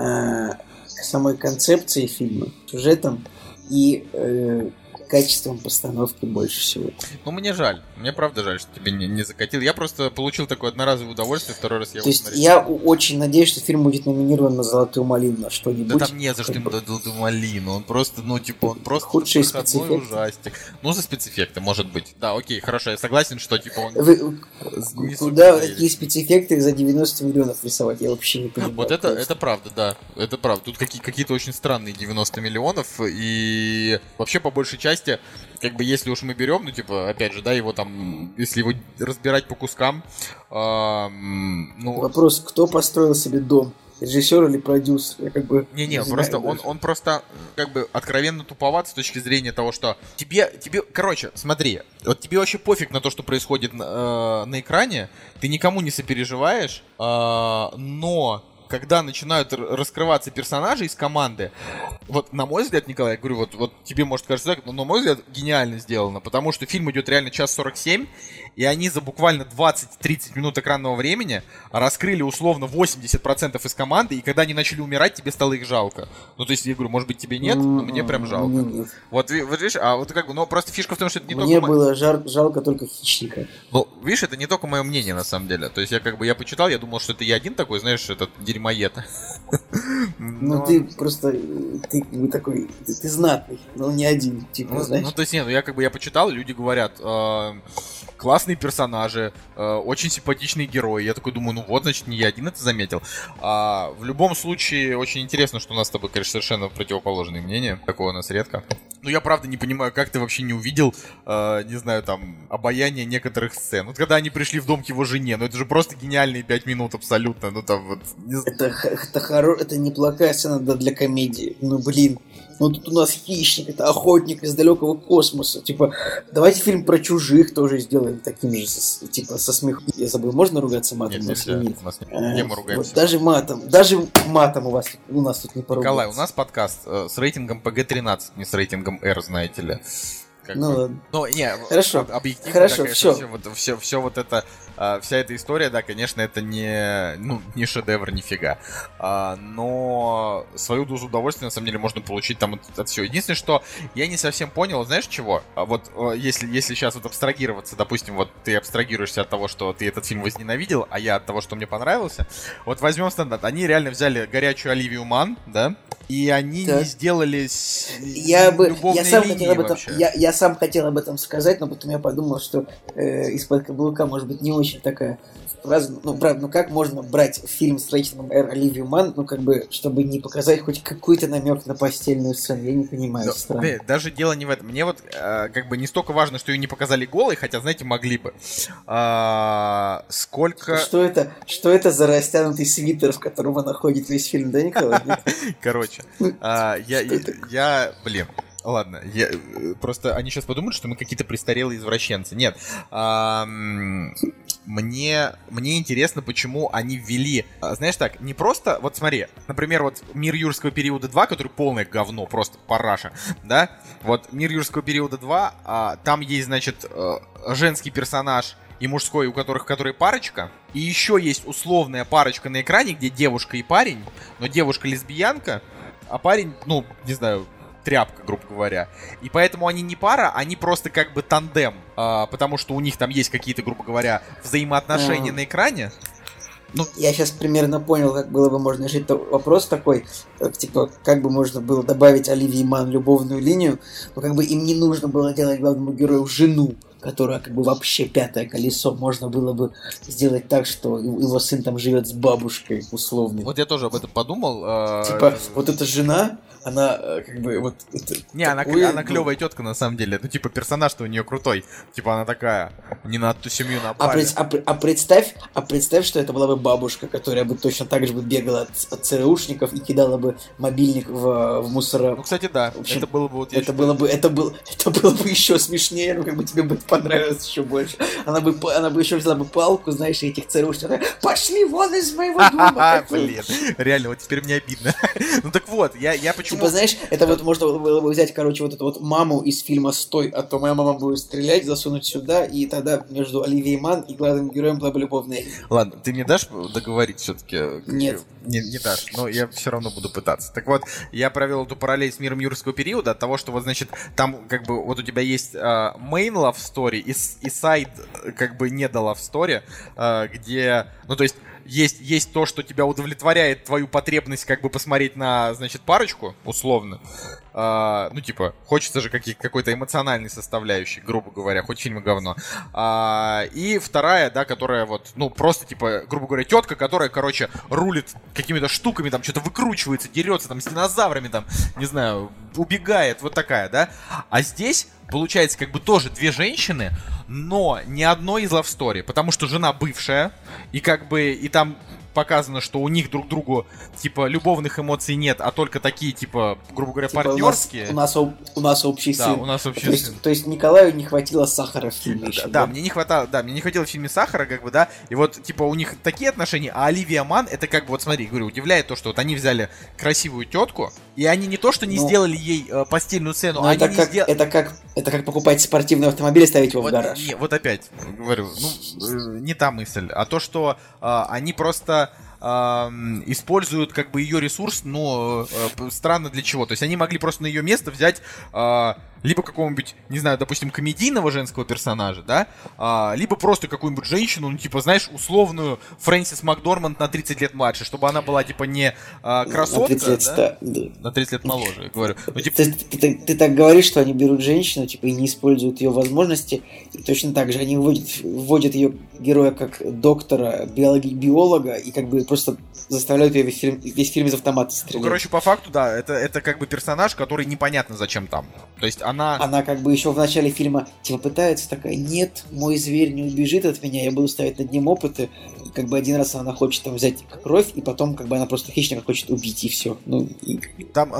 самой концепцией фильма, сюжетом и качеством постановки больше всего. Ну, мне жаль. Мне правда жаль, что тебе не закатил. Я просто получил такое одноразовое удовольствие, второй раз я его смотрел. Я очень надеюсь, что фильм будет номинирован на «Золотую малину», на что-нибудь. Да там не за что ему дать «Золотую малину». Он просто, ну, типа, он просто худший спецэффект. Ужастик. Ну, за спецэффекты, может быть. Да, окей, хорошо, я согласен, что, типа, он... Куда такие спецэффекты за 90 миллионов рисовать? Я вообще не понимаю. Вот это правда, да. Это правда. Тут какие-то очень странные 90 миллионов. И вообще, по большей части, как бы, если уж мы берем, ну, типа, опять же, да, его там, если его разбирать по кускам, ну... Вопрос, кто построил себе дом? Режиссер или продюсер? Я как бы не просто он просто как бы откровенно туповат с точки зрения того, что тебе, короче, смотри, вот тебе вообще пофиг на то, что происходит на экране, ты никому не сопереживаешь, но когда начинают раскрываться персонажи из команды, вот, на мой взгляд, Николай, я говорю, вот тебе может кажется так, но, на мой взгляд, гениально сделано, потому что фильм идет реально 1:47, и они за буквально 20-30 минут экранного времени раскрыли условно 80% из команды, и когда они начали умирать, тебе стало их жалко. Ну, то есть, я говорю, может быть, тебе нет, но мне прям жалко. Вот видишь, а вот как бы, ну, просто фишка в том, что это не только... Мне было жалко только хищника. Ну, видишь, это не только мое мнение, на самом деле. То есть, я почитал, я думал, что это я один такой, знаешь, этот дерьмоед. Ну, ты просто, ты такой, ты знатный, но не один, типа, знаешь. Ну, то есть, я почитал, люди говорят, классные персонажи, очень симпатичные герои. Я такой думаю, ну вот, значит, не я один это заметил. В любом случае, очень интересно, что у нас с тобой, конечно, совершенно противоположные мнения. Такого у нас редко. Ну, я правда не понимаю, как ты вообще не увидел, не знаю, там, обаяние некоторых сцен. Вот когда они пришли в дом к его жене, ну это же просто гениальные 5 минут абсолютно. Ну там вот... Это неплохая сцена для комедии. Ну, блин. Ну, тут у нас хищник, это охотник из далекого космоса. Типа, давайте фильм про чужих тоже сделаем таким же, типа, со смехом. Я забыл, можно ругаться матом? Нет, нельзя. Нет. У нас не мы ругаемся. Вот, даже матом у нас тут не поругаться. Николай, у нас подкаст с рейтингом PG-13, не с рейтингом R, знаете ли. Ну, не, хорошо. Объективно, хорошо, да, все. Все вот это, вся эта история, да, конечно, это не шедевр нифига. Но свою дозу удовольствия, на самом деле, можно получить там от всего. Единственное, что я не совсем понял, знаешь чего? Вот если сейчас вот абстрагироваться, допустим, вот ты абстрагируешься от того, что ты этот фильм возненавидел, а я от того, что мне понравился. Вот возьмем стандарт. Они реально взяли горячую Оливию Манн, да, и они так. не сделали я сам хотел об этом, вообще. я сам хотел об этом сказать, но потом я подумал, что из-под каблука может быть не очень такая фраза. Ну, правда, как можно брать фильм с Рэйчел Оливию Манн, ну, как бы, чтобы не показать хоть какой-то намек на постельную сцену, я не понимаю. Даже дело не в этом. Мне вот как бы не столько важно, что ее не показали голой, хотя, знаете, могли бы. Сколько... Что это за растянутый свитер, в котором она ходит весь фильм, да, Николай? Короче, блин, ладно, просто они сейчас подумают, что мы какие-то престарелые извращенцы. Нет. Мне интересно, почему они ввели, знаешь так, не просто, вот смотри, например, вот «Мир юрского периода 2», который полное говно, просто параша, да, вот «Мир юрского периода 2», там есть, значит, женский персонаж и мужской, у которых парочка, и еще есть условная парочка на экране, где девушка и парень, но девушка лесбиянка, а парень, ну, не знаю, тряпка, грубо говоря. И поэтому они не пара, они просто как бы тандем. Потому что у них там есть какие-то, грубо говоря, взаимоотношения на экране. Ну, я сейчас примерно понял, как было бы можно решить вопрос такой, типа, как бы можно было добавить Оливии Манн любовную линию, но как бы им не нужно было делать главному герою жену, которая как бы вообще пятое колесо. Можно было бы сделать так, что его сын там живет с бабушкой условно. Вот я тоже об этом подумал. Типа, вот эта жена, она как бы вот... Не, она клевая тетка на самом деле. Ну, типа, персонаж-то у нее крутой. Типа, она такая, не на ту семью напали. Представь, что это была бы бабушка, которая бы точно так же бы бегала от ЦРУшников и кидала бы мобильник в мусора. Ну, кстати, да. В общем, это было бы вот... Это было бы еще смешнее, ну, как бы тебе бы понравилось еще больше. Она бы еще взяла бы палку, знаешь, этих ЦРУшников. Пошли вон из моего дома! Блин, реально, вот теперь мне обидно. Ну, так вот, я почему... Типа, знаешь, это вот можно было бы взять, короче, вот эту вот маму из фильма «Стой», а то моя мама будет стрелять, засунуть сюда, и тогда между Оливией Манн и главным героем была бы любовная. Ладно, ты мне дашь договорить все-таки? Нет. Не дашь, но я все равно буду пытаться. Так вот, я провел эту параллель с «Миром юрского периода» от того, что вот, значит, там как бы вот у тебя есть main love story и side как бы не до love story, где, ну то есть есть то, что тебя удовлетворяет твою потребность как бы посмотреть на, значит, парочку, условно. Ну, типа, хочется же какой-то эмоциональной составляющей, грубо говоря, хоть фильм и говно. И вторая, да, которая вот, ну, просто, типа, грубо говоря, тетка, которая, короче, рулит какими-то штуками, там, что-то выкручивается, дерется, там, с динозаврами, там, не знаю, убегает, вот такая, да. А здесь, получается, как бы тоже две женщины, но ни одной из лавстори, потому что жена бывшая, и как бы, и там показано, что у них друг другу, типа, любовных эмоций нет, а только такие, типа, грубо говоря, типа партнерские. У нас общий сын. Да, у нас общий сын. То есть Николаю не хватило сахара в фильме еще. Да, мне не хватило в фильме сахара, как бы, да, и вот, типа, у них такие отношения, а Оливия Манн, это как бы, вот смотри, говорю, удивляет то, что вот они взяли красивую тетку, и они не то, что не сделали ей постельную сцену, они не сделали... Это как покупать спортивный автомобиль и ставить его в гараж. Вот опять, говорю, не та мысль, а то, что они просто используют как бы ее ресурс, но странно для чего. То есть они могли просто на ее место взять либо какого-нибудь, не знаю, допустим, комедийного женского персонажа, да, либо просто какую-нибудь женщину, ну, типа, знаешь, условную Фрэнсис Макдорманд на 30 лет младше, чтобы она была, типа, не красотка, на 30 лет, да? На 30 лет моложе, я говорю. Ну, типа... ты так говоришь, что они берут женщину, типа, и не используют ее возможности, и точно так же они вводят ее героя как доктора, биолога, и как бы просто заставляют ее весь фильм из автомата стрелять. Ну, короче, по факту, да, это как бы персонаж, который непонятно зачем там. То есть она как бы еще в начале фильма типа пытается такая: нет, мой зверь не убежит от меня, я буду ставить над ним опыты. И как бы один раз она хочет там взять кровь, и потом как бы она просто хищника хочет убить, и все. Там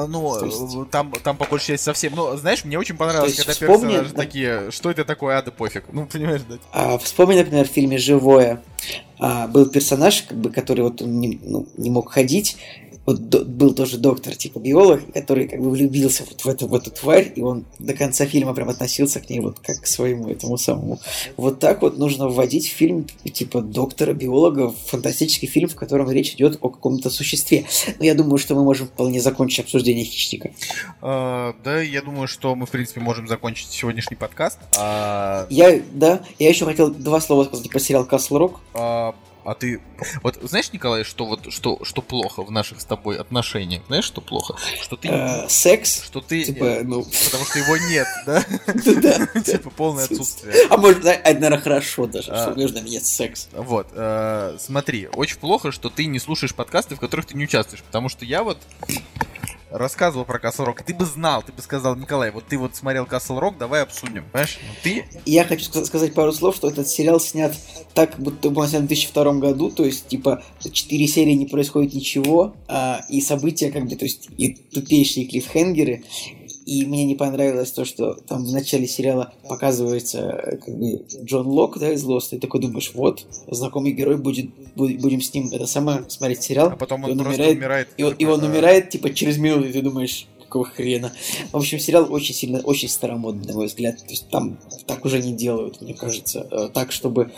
по большей части совсем. Ну, знаешь, мне очень понравилось, когда персонажи такие: что это такое, да пофиг. Ну, понимаешь, да. Вспомни, например, в фильме «Живое» был персонаж, как бы, который вот не мог ходить. Вот был тоже доктор, типа биолог, который как бы влюбился вот в эту тварь, и он до конца фильма прям относился к ней вот как к своему этому самому. Вот так вот нужно вводить в фильм типа доктора, биолога, фантастический фильм, в котором речь идет о каком-то существе. Но я думаю, что мы можем вполне закончить обсуждение «Хищника». Да, я думаю, что мы, в принципе, можем закончить сегодняшний подкаст. Я еще хотел 2 слова сказать про сериал «Касл Рок». А ты... Вот знаешь, Николай, что плохо в наших с тобой отношениях? Знаешь, что плохо? Что ты... Секс? Что ты... Типа, Потому что его нет, да? Да. Типа полное отсутствие. А может, наверное, хорошо даже, что между нами нет секса. Вот, смотри, очень плохо, что ты не слушаешь подкасты, в которых ты не участвуешь, потому что я вот рассказывал про Castle Rock, ты бы знал, ты бы сказал: Николай, вот ты вот смотрел Castle Rock, давай обсудим, понимаешь? Ты... Я хочу сказать пару слов, что этот сериал снят так, будто бы он снят в 2002 году, то есть, типа, 4 серии не происходит ничего, и события, как бы, то есть, и тупейшие клиффхенгеры. И мне не понравилось то, что там в начале сериала показывается как бы Джон Лок, да, из Лоста, и такой думаешь, вот, знакомый герой, будем с ним смотреть сериал. А потом он просто умирает. И он умирает, типа, через минуту, и ты думаешь, какого хрена. В общем, сериал очень сильно, очень старомодный, на мой взгляд. То есть там так уже не делают, мне кажется. Так, чтобы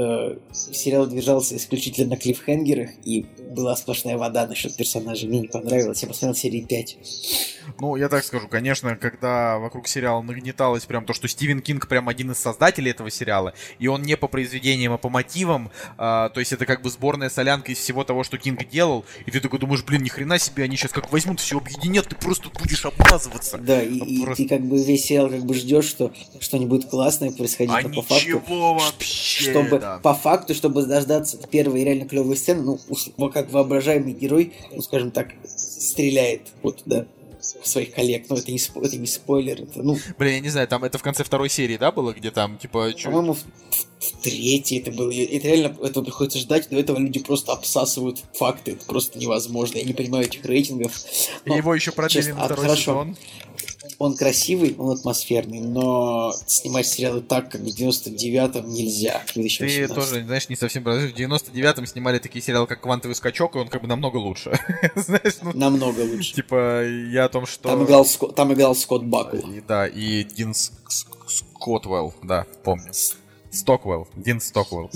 сериал держался исключительно на клиффхенгерах, и была сплошная вода насчет персонажей. Мне не понравилось. Я посмотрел серии 5. Ну, я так скажу, конечно, когда вокруг сериала нагнеталось прям то, что Стивен Кинг прям один из создателей этого сериала, и он не по произведениям, а по мотивам, то есть это как бы сборная солянка из всего того, что Кинг делал, и ты такой думаешь, блин, ни хрена себе, они сейчас как возьмут, все объединят, ты просто будешь обмазываться. Да, и ты как бы весь сериал как бы ждешь, что что-нибудь классное происходит, а по факту, вообще, чтобы по факту, чтобы дождаться первой реально клевой сцены, ну, как воображаемый герой, ну, скажем так, стреляет вот, да, в своих коллег, но это не спойлер, это, ну... Блин, я не знаю, там это в конце второй серии, да, было, где там, типа... По-моему, в третьей это было, это реально, этого приходится ждать, до этого люди просто обсасывают факты, это просто невозможно, я не понимаю этих рейтингов. Но, его еще продлили на второй сезон. Он красивый, он атмосферный, но снимать сериалы так, как в 99-м нельзя. Ты тоже, знаешь, не совсем правильно. В 99-м снимали такие сериалы, как «Квантовый скачок», и он как бы намного лучше. Знаешь, ну, намного лучше. Типа, я о том, что... Там играл Скотт Бакл. Да, и Дин Скоттвелл, да, помню. Дин Стоквелл.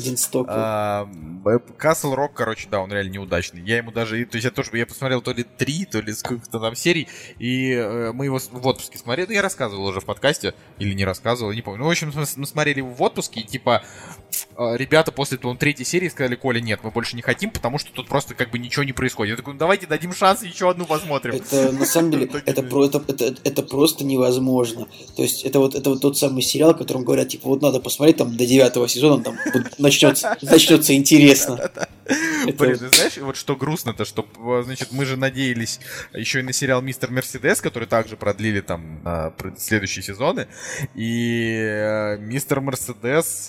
Castle Rock, короче, да, он реально неудачный. Я ему даже... То есть я посмотрел то ли 3, то ли сколько-то там серий, и мы его в отпуске смотрели. Я рассказывал уже в подкасте, или не рассказывал, не помню. Ну, в общем, мы смотрели его в отпуске, и типа... Ребята после третьей серии сказали: Коля, нет, мы больше не хотим, потому что тут просто как бы ничего не происходит. Я такой: ну давайте дадим шанс, еще одну посмотрим. Это на самом деле, это просто невозможно. То есть это вот тот самый сериал, о котором говорят, типа, вот надо посмотреть там до 9-го сезона, там начнется интересно. Блин, ты знаешь, вот что грустно-то, что, значит, мы же надеялись еще и на сериал «Мистер Мерседес», который также продлили там следующие сезоны, и «Мистер Мерседес»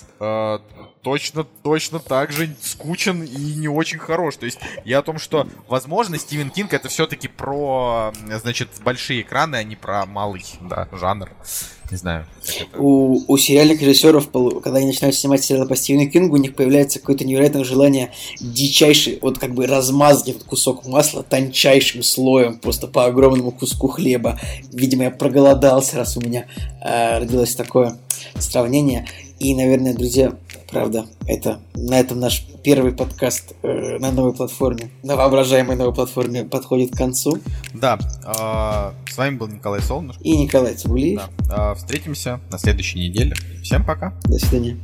точно так же скучен и не очень хорош. То есть я о том, что, возможно, Стивен Кинг это все-таки про, значит, большие экраны, а не про малый, да, жанр. Не знаю. У сериальных режиссеров, когда они начинают снимать сериалы по Стивену Кингу, у них появляется какое-то невероятное желание дичайший, вот как бы размазать этот кусок масла тончайшим слоем, просто по огромному куску хлеба. Видимо, я проголодался, раз у меня родилось такое сравнение. И, наверное, друзья, правда, на этом наш первый подкаст на новой платформе, на воображаемой новой платформе подходит к концу. Да, с вами был Николай Солнышко и Николай Цибулиев. Да. Встретимся на следующей неделе. Всем пока. До свидания.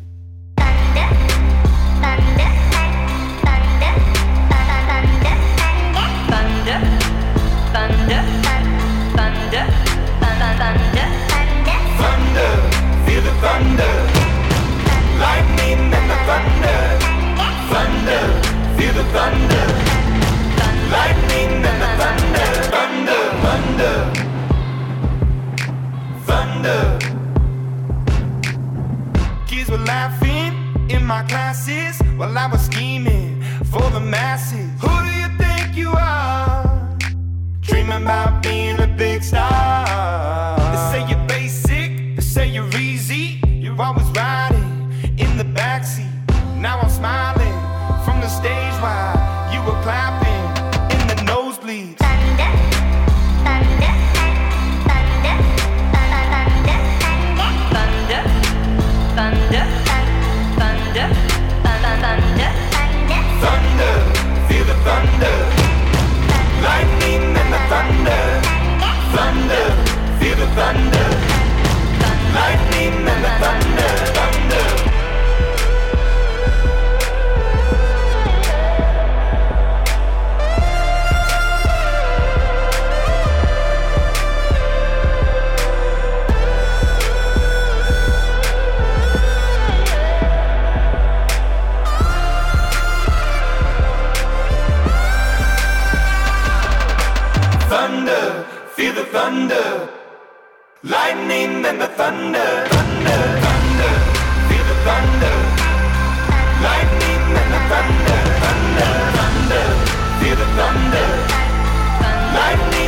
Lightning and the thunder, thunder, feel the thunder. Lightning and the thunder, thunder, thunder, thunder. Kids were laughing in my classes while I was scheming for the masses. Who do you think you are? Dreaming about being a big star. They say you're basic, they say you're easy. You're always riding in the backseat. Now I'm smiling from the stage while you were clapping in the nosebleeds. Thunder, thunder, thunder, thunder, thunder, thunder, thunder, thunder, thunder, feel the thunder, lightning and the thunder, thunder. feel the thunder, lightning and the thunder, thunder, thunder, feel the thunder, lightning and the thunder, thunder, thunder, feel the thunder, lightning.